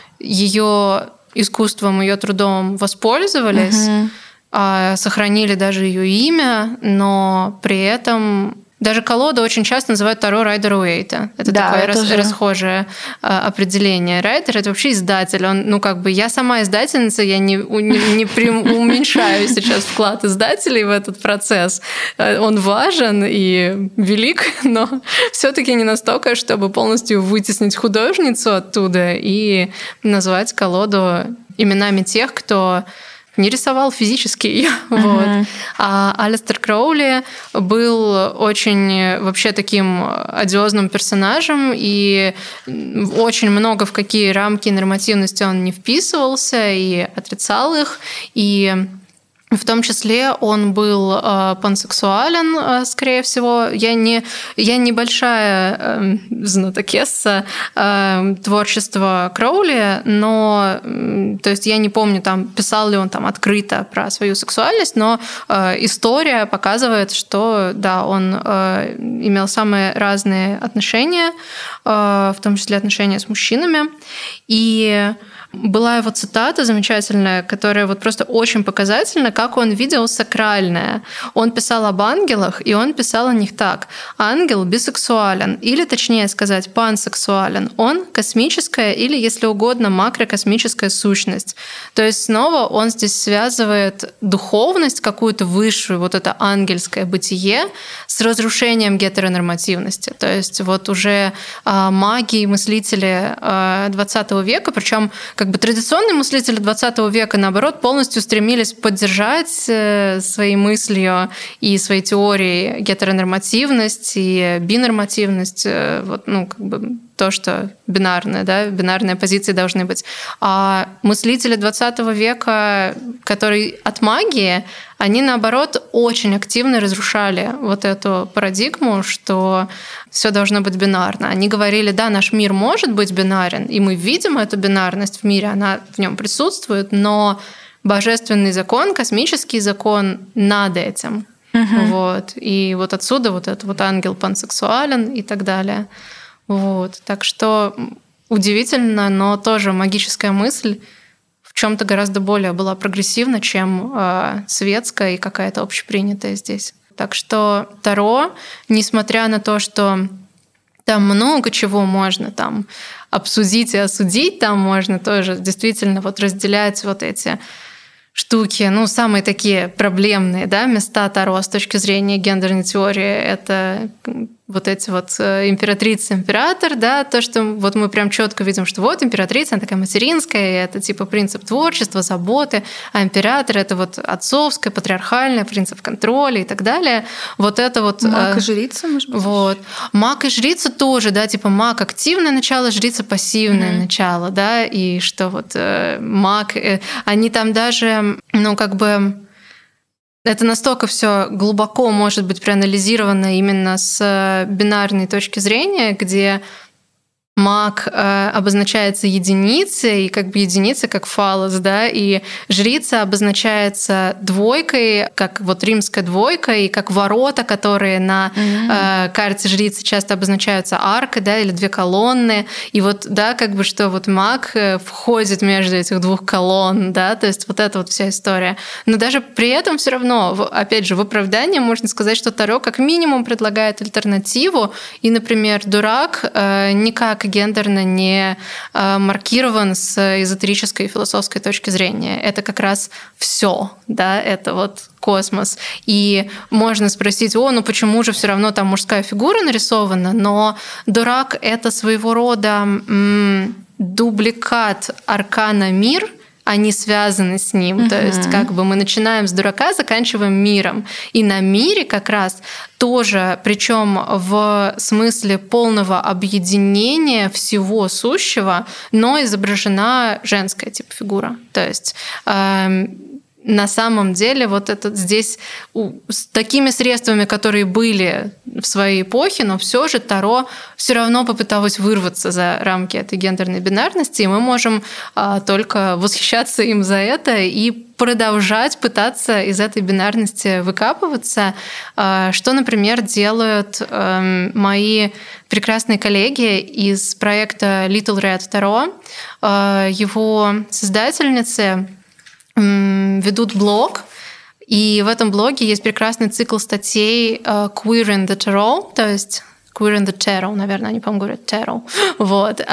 ее искусством, ее трудом воспользовались, сохранили даже ее имя, но при этом... Даже колоду очень часто называют Таро Райдер Уэйта. Это такое расхожее определение. Райдер — это вообще издатель. Он, я сама издательница, я не уменьшаю сейчас вклад издателей в этот процесс. Он важен и велик, но все-таки не настолько, чтобы полностью вытеснить художницу оттуда и назвать колоду именами тех, кто не рисовал физически ее. Вот. А Алистер Кроули был очень вообще таким одиозным персонажем, и очень много в какие рамки нормативности он не вписывался и отрицал их. И в том числе он был пансексуален, скорее всего. Я небольшая знатокесса творчества Кроули, но то есть я не помню, писал ли он открыто про свою сексуальность, но история показывает, что да, он имел самые разные отношения, в том числе отношения с мужчинами. И была его цитата замечательная, которая просто очень показательна, как он видел сакральное. Он писал об ангелах, и он писал о них так. Ангел бисексуален, или, точнее сказать, пансексуален. Он космическая или, если угодно, макрокосмическая сущность. То есть снова он здесь связывает духовность, какую-то высшую, вот это ангельское бытие, с разрушением гетеронормативности. То есть уже маги и мыслители XX века, причем традиционные мыслители XX века, наоборот, полностью стремились поддержать своей мыслью и своей теорией гетеронормативность и бинормативность, то, что бинарное, да, бинарные позиции должны быть. А мыслители XX века, которые от магии, они, наоборот, очень активно разрушали вот эту парадигму, что все должно быть бинарно. Они говорили, да, наш мир может быть бинарен, и мы видим эту бинарность в мире, она в нем присутствует, но божественный закон, космический закон над этим. Вот. И отсюда этот ангел пансексуален и так далее. Вот. Так что удивительно, но тоже магическая мысль в чем-то гораздо более была прогрессивна, чем светская и какая-то общепринятая здесь. Так что Таро, несмотря на то, что там много чего можно обсудить и осудить, там можно тоже действительно разделять эти штуки, самые такие проблемные, да, места Таро с точки зрения гендерной теории, это эти императрица-император, да, то, что мы прям четко видим, что императрица, она такая материнская, это принцип творчества, заботы, а император — это отцовское, патриархальное, принцип контроля и так далее. Это маг и жрица, может быть? Маг и жрица тоже, да, маг — активное начало, жрица — пассивное начало, да, и что маг, они там даже, это настолько все глубоко может быть проанализировано именно с бинарной точки зрения, где маг обозначается единицей, и единица как фалос, да, и жрица обозначается двойкой, как римская двойка, и как ворота, которые на карте жрицы часто обозначаются аркой, да, или две колонны, и да, что маг входит между этих двух колонн, да, то есть это вся история. Но даже при этом все равно, опять же, в оправдании можно сказать, что Таро как минимум предлагает альтернативу, и, например, дурак никак гендерно не маркирован с эзотерической и философской точки зрения. Это как раз все, да, это космос. И можно спросить, почему же все равно там мужская фигура нарисована, но дурак — это своего рода дубликат аркана мир, они связаны с ним. То есть мы начинаем с дурака, заканчиваем миром. И на мире как раз тоже, причем в смысле полного объединения всего сущего, но изображена женская фигура. То есть на самом деле вот это здесь с такими средствами, которые были в своей эпохе, но все же Таро все равно попыталось вырваться за рамки этой гендерной бинарности, и мы можем только восхищаться им за это и продолжать пытаться из этой бинарности выкапываться, что, например, делают мои прекрасные коллеги из проекта Little Red Tarot. Его создательницы ведут блог, и в этом блоге есть прекрасный цикл статей Queer in the Tarot, то есть Queer in the Tarot, наверное, они, по-моему, говорят Tarot. Вот.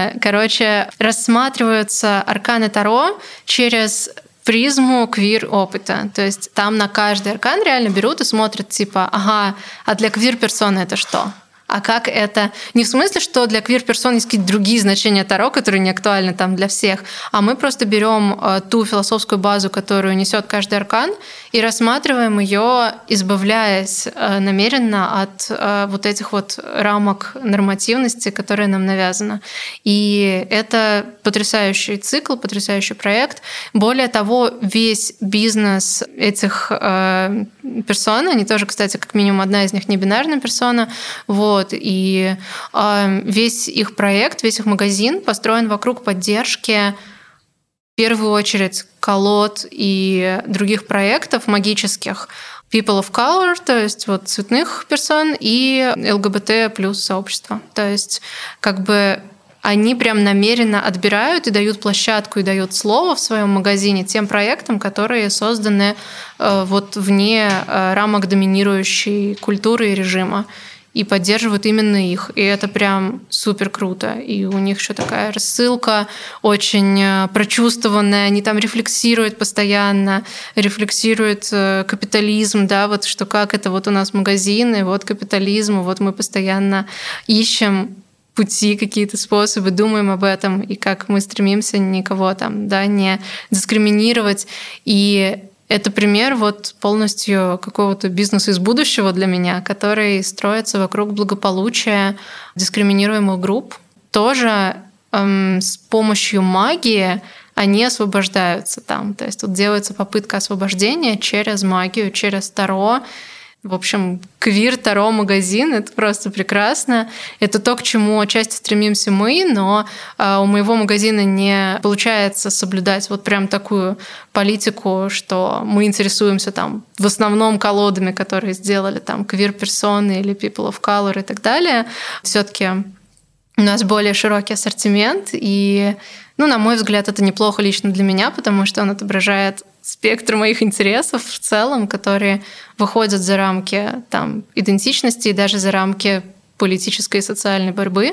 Короче, рассматриваются арканы Таро через призму квир-опыта. То есть там на каждый аркан реально берут и смотрят, типа, ага, а для квир-персоны это что? А как это... Не в смысле, что для квир-персон есть какие-то другие значения Таро, которые не актуальны там для всех, а мы просто берем ту философскую базу, которую несет каждый аркан, и рассматриваем ее, избавляясь намеренно от вот этих вот рамок нормативности, которые нам навязаны. И это потрясающий цикл, потрясающий проект. Более того, весь бизнес этих персон, они тоже, кстати, как минимум одна из них не бинарная персона, вот, и весь их проект, весь их магазин построен вокруг поддержки, в первую очередь, колод и других проектов магических, people of color, то есть вот цветных персон, и ЛГБТ плюс сообщества. То есть как бы они прям намеренно отбирают и дают площадку, и дают слово в своем магазине тем проектам, которые созданы вот вне рамок доминирующей культуры и режима, и поддерживают именно их. И это прям супер круто. И у них еще такая рассылка очень прочувствованная. Они там рефлексируют постоянно, рефлексируют капитализм, да, вот что как это вот у нас магазины, вот капитализм, вот мы постоянно ищем пути, какие-то способы, думаем об этом, и как мы стремимся никого там, да, не дискриминировать. И это пример вот полностью какого-то бизнеса из будущего для меня, который строится вокруг благополучия дискриминируемых групп. Тоже с помощью магии они освобождаются там. То есть тут делается попытка освобождения через магию, через Таро. В общем, квир-таро-магазин — это просто прекрасно. Это то, к чему отчасти стремимся мы, но у моего магазина не получается соблюдать вот прям такую политику, что мы интересуемся там в основном колодами, которые сделали там квир-персоны или people of color и так далее. Все-таки у нас более широкий ассортимент, и, ну, на мой взгляд, это неплохо лично для меня, потому что он отображает спектр моих интересов в целом, которые выходят за рамки там, идентичности и даже за рамки политической и социальной борьбы.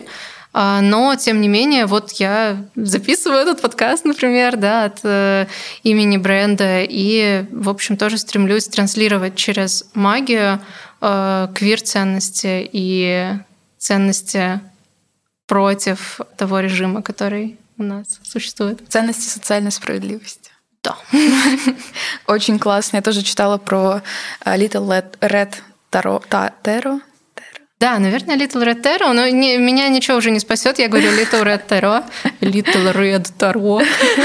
Но, тем не менее, вот я записываю этот подкаст, например, да, от имени бренда, и, в общем, тоже стремлюсь транслировать через магию квир-ценности и ценности против того режима, который у нас существует. Ценности социальной справедливости. Да. Очень классно. Я тоже читала про Little Red Tarot. Да, наверное, Little Red Tarot, но меня ничего уже не спасет. Я говорю Little Red Tarot, Little Red Tarot.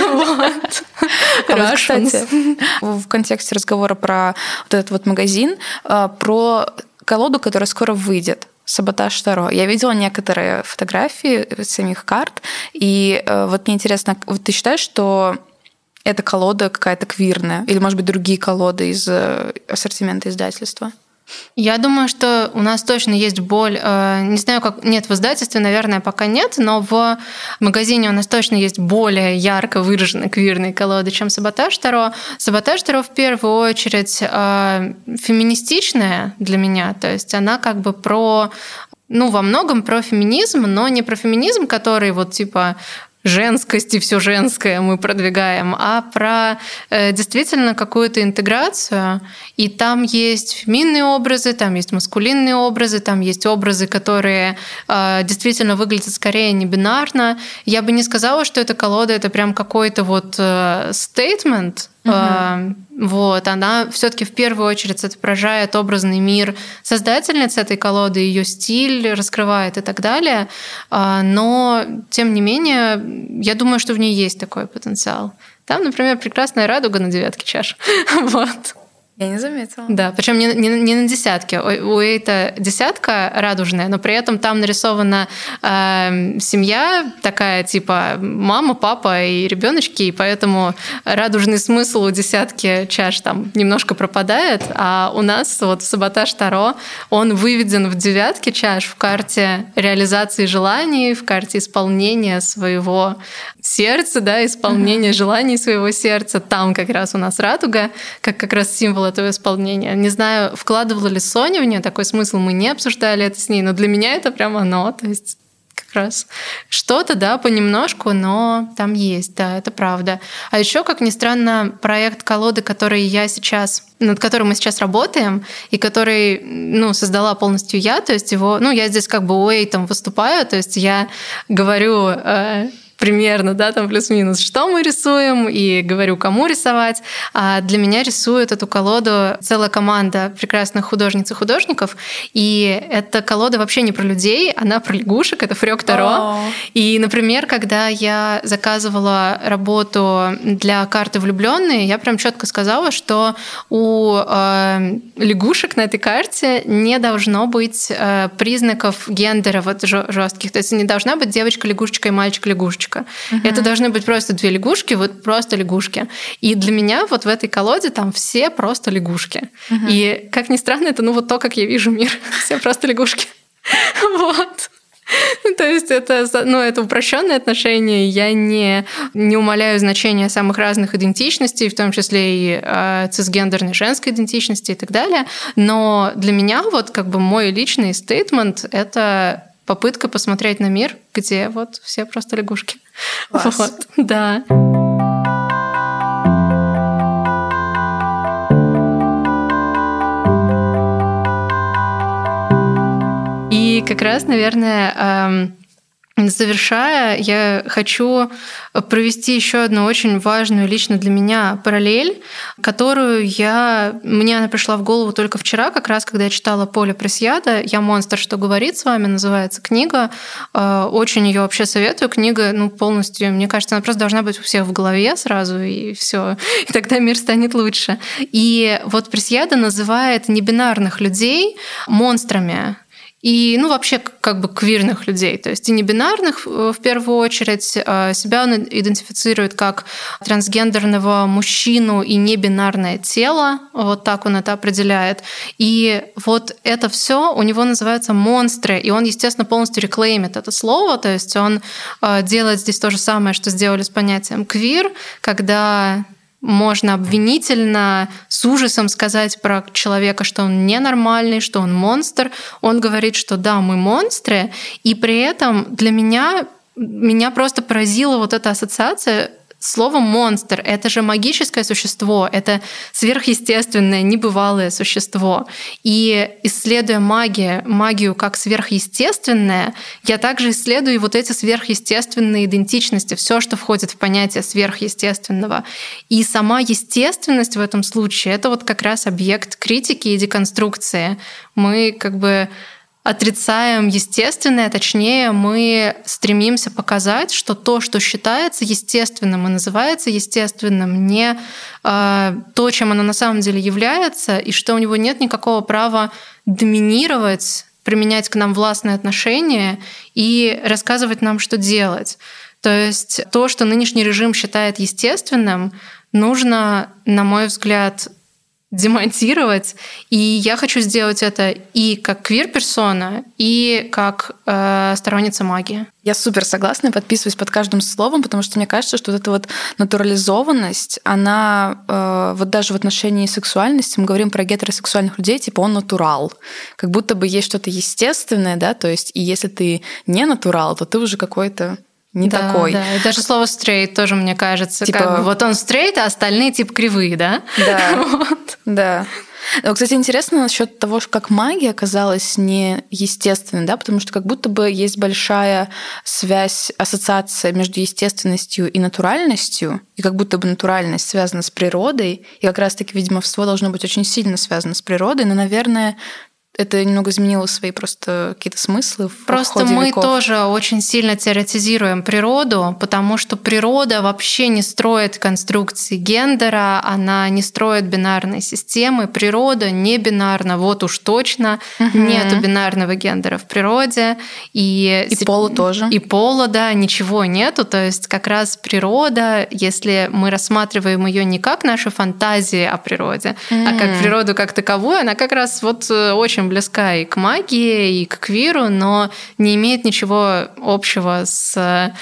Вот, кстати, в контексте разговора про вот этот вот магазин, про колоду, которая скоро выйдет. Саботаж Таро. Я видела некоторые фотографии самих карт, и вот мне интересно, вот ты считаешь, что эта колода какая-то квирная? Или, может быть, другие колоды из ассортимента издательства? Я думаю, что у нас точно есть боль. Не знаю, как... Нет, в издательстве, наверное, пока нет, но в магазине у нас точно есть более ярко выраженные квирные колоды, чем Саботаж Таро. Саботаж Таро в первую очередь феминистичная для меня. То есть она как бы про... Ну, во многом про феминизм, но не про феминизм, который вот типа... женскость и все женское мы продвигаем, а про действительно какую-то интеграцию. И там есть феминные образы, там есть маскулинные образы, там есть образы, которые действительно выглядят скорее не бинарно. Я бы не сказала, что эта колода — это прям какой-то вот стейтмент. Вот, она все-таки в первую очередь отображает образный мир создательницы этой колоды, ее стиль раскрывает и так далее. Но, тем не менее, я думаю, что в ней есть такой потенциал. Там, например, прекрасная радуга на 9 чаш. Вот. Я не заметила. Да, причем не на десятке. У Эйта десятка радужная, но при этом там нарисована семья такая, типа мама, папа и ребеночки, и поэтому радужный смысл у десятки чаш там немножко пропадает, а у нас вот в «Саботаж Таро» он выведен в 9 чаш в карте реализации желаний, в карте исполнения своего сердца, да, исполнения желаний своего сердца. Там как раз у нас радуга, как раз символ этого исполнения. Не знаю, вкладывала ли Соня в нее такой смысл, мы не обсуждали это с ней, но для меня это прям оно. То есть как раз что-то, да, понемножку, но там есть, да, это правда. А еще, как ни странно, проект колоды, над которым мы сейчас работаем, и который, создала полностью я, то есть его, я здесь как бы уэйтом выступаю, то есть я говорю примерно, да, там плюс-минус, что мы рисуем, и говорю, кому рисовать. А для меня рисует эту колоду целая команда прекрасных художниц и художников. И эта колода вообще не про людей, она про лягушек, это Фрёк Таро. И, например, когда я заказывала работу для карты «Влюбленные», я прям четко сказала, что у лягушек на этой карте не должно быть признаков гендера вот жестких. То есть не должна быть девочка-лягушечка и мальчик-лягушечка. Это должны быть просто 2 лягушки, вот просто лягушки. И для меня вот в этой колоде там все просто лягушки. И, как ни странно, это вот то, как я вижу мир. Все просто лягушки. Вот. То есть это упрощенное отношение. Я не умаляю значения самых разных идентичностей, в том числе и цисгендерной женской идентичности и так далее. Но для меня вот как бы мой личный стейтмент — это попытка посмотреть на мир, где вот все просто лягушки. Класс. Вот, да. И как раз, наверное, завершая, я хочу провести еще одну очень важную лично для меня параллель, которую мне она пришла в голову только вчера, как раз когда я читала Поля Пресьяда «Я монстр, что говорит с вами», называется книга. Очень ее вообще советую. Книга, полностью, мне кажется, она просто должна быть у всех в голове сразу, и все, и тогда мир станет лучше. И вот Пресьяда называет небинарных людей монстрами. И, вообще, как бы квирных людей, то есть и небинарных в первую очередь. Себя он идентифицирует как трансгендерного мужчину и небинарное тело, вот так он это определяет. И вот это все у него называется монстры, и он, естественно, полностью реклеймит это слово, то есть он делает здесь то же самое, что сделали с понятием квир, когда можно обвинительно, с ужасом сказать про человека, что он ненормальный, что он монстр. Он говорит, что да, мы монстры, и при этом для меня просто поразила вот эта ассоциация. Слово «монстр» — это же магическое существо, это сверхъестественное, небывалое существо. И исследуя магию как сверхъестественное, я также исследую вот эти сверхъестественные идентичности, все, что входит в понятие сверхъестественного. И сама естественность в этом случае — это вот как раз объект критики и деконструкции. Мы как бы отрицаем естественное, точнее, мы стремимся показать, что то, что считается естественным и называется естественным, не то, чем оно на самом деле является, и что у него нет никакого права доминировать, применять к нам властные отношения и рассказывать нам, что делать. То есть то, что нынешний режим считает естественным, нужно, на мой взгляд, демонтировать. И я хочу сделать это и как квир-персона, и как сторонница магии. Я супер согласна и подписываюсь под каждым словом, потому что мне кажется, что вот эта вот натурализованность, она вот даже в отношении сексуальности, мы говорим про гетеросексуальных людей, типа он натурал. Как будто бы есть что-то естественное, да, то есть и если ты не натурал, то ты уже какой-то не такой. Да, и даже слово «стрейт» тоже, мне кажется, типа... как бы вот он стрейт, а остальные типа кривые, да? Да, вот. Да. Но, кстати, интересно насчет того, как магия оказалась неестественной, да, потому что как будто бы есть большая связь, ассоциация между естественностью и натуральностью, и как будто бы натуральность связана с природой, и как раз-таки ведьмовство должно быть очень сильно связано с природой, но, наверное, это немного изменило свои просто какие-то смыслы в Просто ходе мы веков? тоже очень сильно теоретизируем природу, потому что природа вообще не строит конструкции гендера, она не строит бинарные системы. Природа не бинарна, вот уж точно. Нету бинарного гендера в природе. И пола тоже. И пола, да, ничего нету. То есть как раз природа, если мы рассматриваем ее не как наши фантазии о природе, а как природу как таковую, она как раз вот очень близка и к магии, и к квиру, но не имеет ничего общего с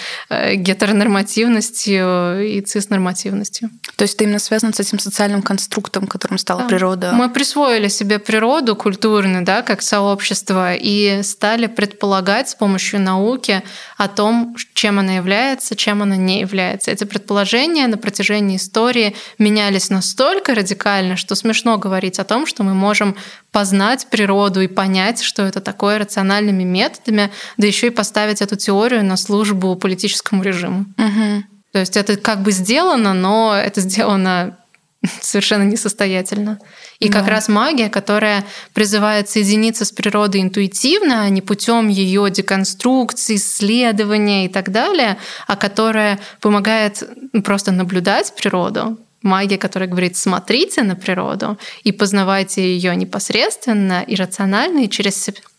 гетеронормативностью и циснормативностью. То есть это именно связано с этим социальным конструктом, которым стала природа? Мы присвоили себе природу культурную, да, как сообщество, и стали предполагать с помощью науки о том, чем она является, чем она не является. Эти предположения на протяжении истории менялись настолько радикально, что смешно говорить о том, что мы можем познать природу и понять, что это такое рациональными методами, да еще и поставить эту теорию на службу политическому режиму. То есть это как бы сделано, но это сделано совершенно несостоятельно. И как раз магия, которая призывает соединиться с природой интуитивно, а не путем ее деконструкции, исследования и так далее, а которая помогает просто наблюдать природу. Магия, которая говорит: смотрите на природу и познавайте ее непосредственно и рационально, и через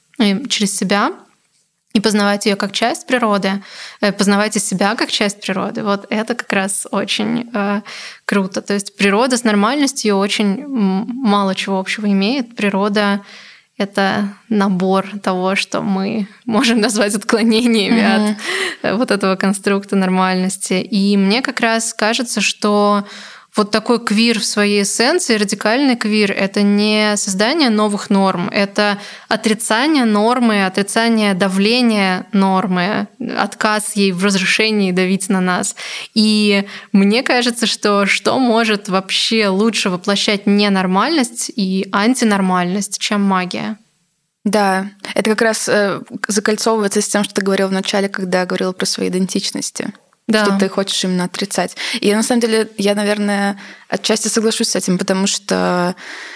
себя, и познавайте ее как часть природы, познавайте себя как часть природы. Вот это как раз очень круто. То есть природа с нормальностью очень мало чего общего имеет. Природа — это набор того, что мы можем назвать отклонениями от вот этого конструкта нормальности. И мне как раз кажется, что вот такой квир в своей эссенции, радикальный квир — это не создание новых норм, это отрицание нормы, отрицание давления нормы, отказ ей в разрешении давить на нас. И мне кажется, что может вообще лучше воплощать ненормальность и антинормальность, чем магия. Да, это как раз закольцовывается с тем, что ты говорил в начале, когда говорила про свои идентичности. Да. Что ты хочешь именно отрицать. И на самом деле я, наверное, отчасти соглашусь с этим, потому что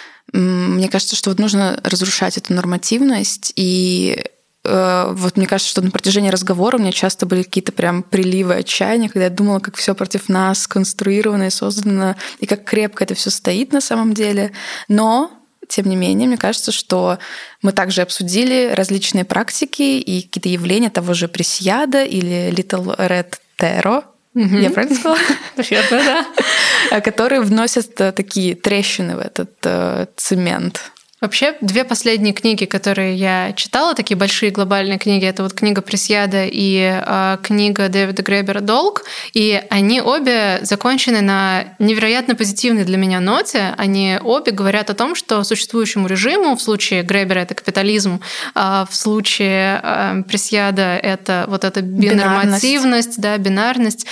мне кажется, что вот нужно разрушать эту нормативность. И вот мне кажется, что на протяжении разговора у меня часто были какие-то прям приливы отчаяния, когда я думала, как все против нас сконструировано и создано, и как крепко это все стоит на самом деле. Но тем не менее, мне кажется, что мы также обсудили различные практики и какие-то явления того же Пресьяда или Little Red Tarot, я правильно сказала? Верно, да. Которые вносят такие трещины в этот цемент. Вообще, две последние книги, которые я читала, такие большие глобальные книги, это вот книга Пресьяда и книга Дэвида Гребера «Долг», и они обе закончены на невероятно позитивной для меня ноте. Они обе говорят о том, что существующему режиму, в случае Гребера это капитализм, в случае Пресьяда это вот эта бинормативность, да, бинарность,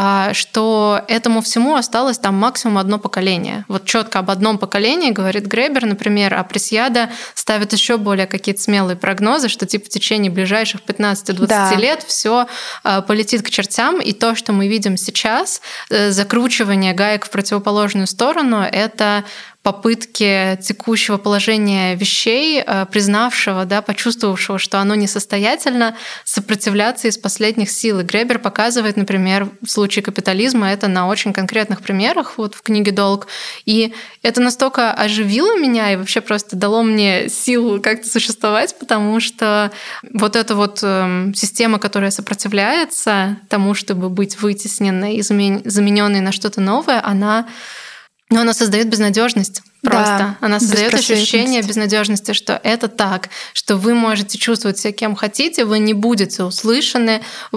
что этому всему осталось там максимум одно поколение. Вот четко об одном поколении говорит Гребер, например, а Пресьяда ставит еще более какие-то смелые прогнозы, что типа в течение ближайших 15-20 лет все полетит к чертям, и то, что мы видим сейчас, закручивание гаек в противоположную сторону, это попытки текущего положения вещей, признавшего, да, почувствовавшего, что оно несостоятельно, сопротивляться из последних сил. И Гребер показывает, например, в случае капитализма это на очень конкретных примерах, вот в книге «Долг». И это настолько оживило меня и вообще просто дало мне сил как-то существовать, потому что вот эта вот система, которая сопротивляется тому, чтобы быть вытесненной и замененной на что-то новое, она создает безнадежность просто. Да, она создает ощущение безнадежности, что это так, что вы можете чувствовать себя кем хотите, вы не будете услышаны.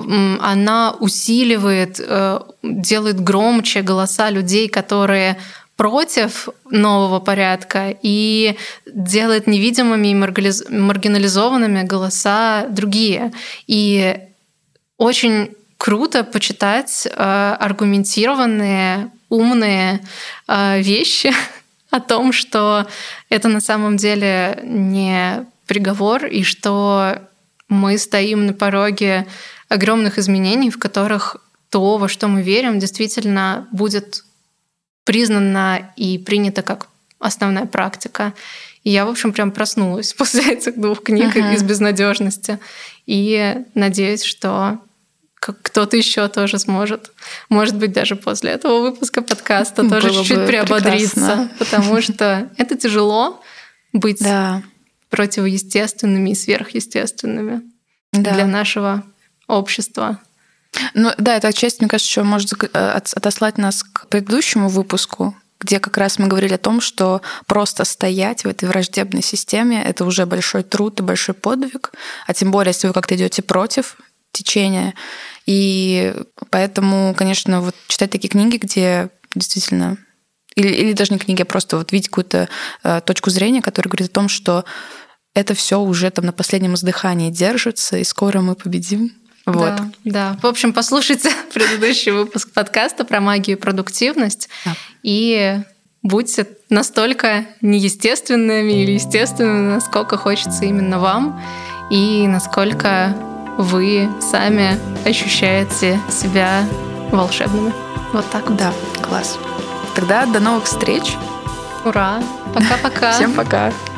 Она усиливает, делает громче голоса людей, которые против нового порядка, и делает невидимыми и маргинализованными голоса другие. И очень круто почитать аргументированные, умные вещи о том, что это на самом деле не приговор, и что мы стоим на пороге огромных изменений, в которых то, во что мы верим, действительно будет признано и принято как основная практика. И я, в общем, прям проснулась после этих 2 книг из безнадежности. И надеюсь, что кто-то еще тоже сможет, может быть, даже после этого выпуска подкаста тоже чуть-чуть приободриться, прекрасно. Потому что это тяжело быть противоестественными и сверхъестественными для нашего общества. Ну да, эта часть, мне кажется, еще может отослать нас к предыдущему выпуску, где как раз мы говорили о том, что просто стоять в этой враждебной системе — это уже большой труд и большой подвиг, а тем более, если вы как-то идете против течения. И поэтому, конечно, вот читать такие книги, где действительно... Или даже не книги, а просто вот видеть какую-то точку зрения, которая говорит о том, что это все уже там на последнем издыхании держится, и скоро мы победим. Вот. Да. В общем, послушайте предыдущий выпуск подкаста про магию и продуктивность и будьте настолько неестественными или естественными, насколько хочется именно вам, и насколько вы сами ощущаете себя волшебными. Вот так. Да, класс. Тогда до новых встреч. Ура! Пока-пока. Всем пока.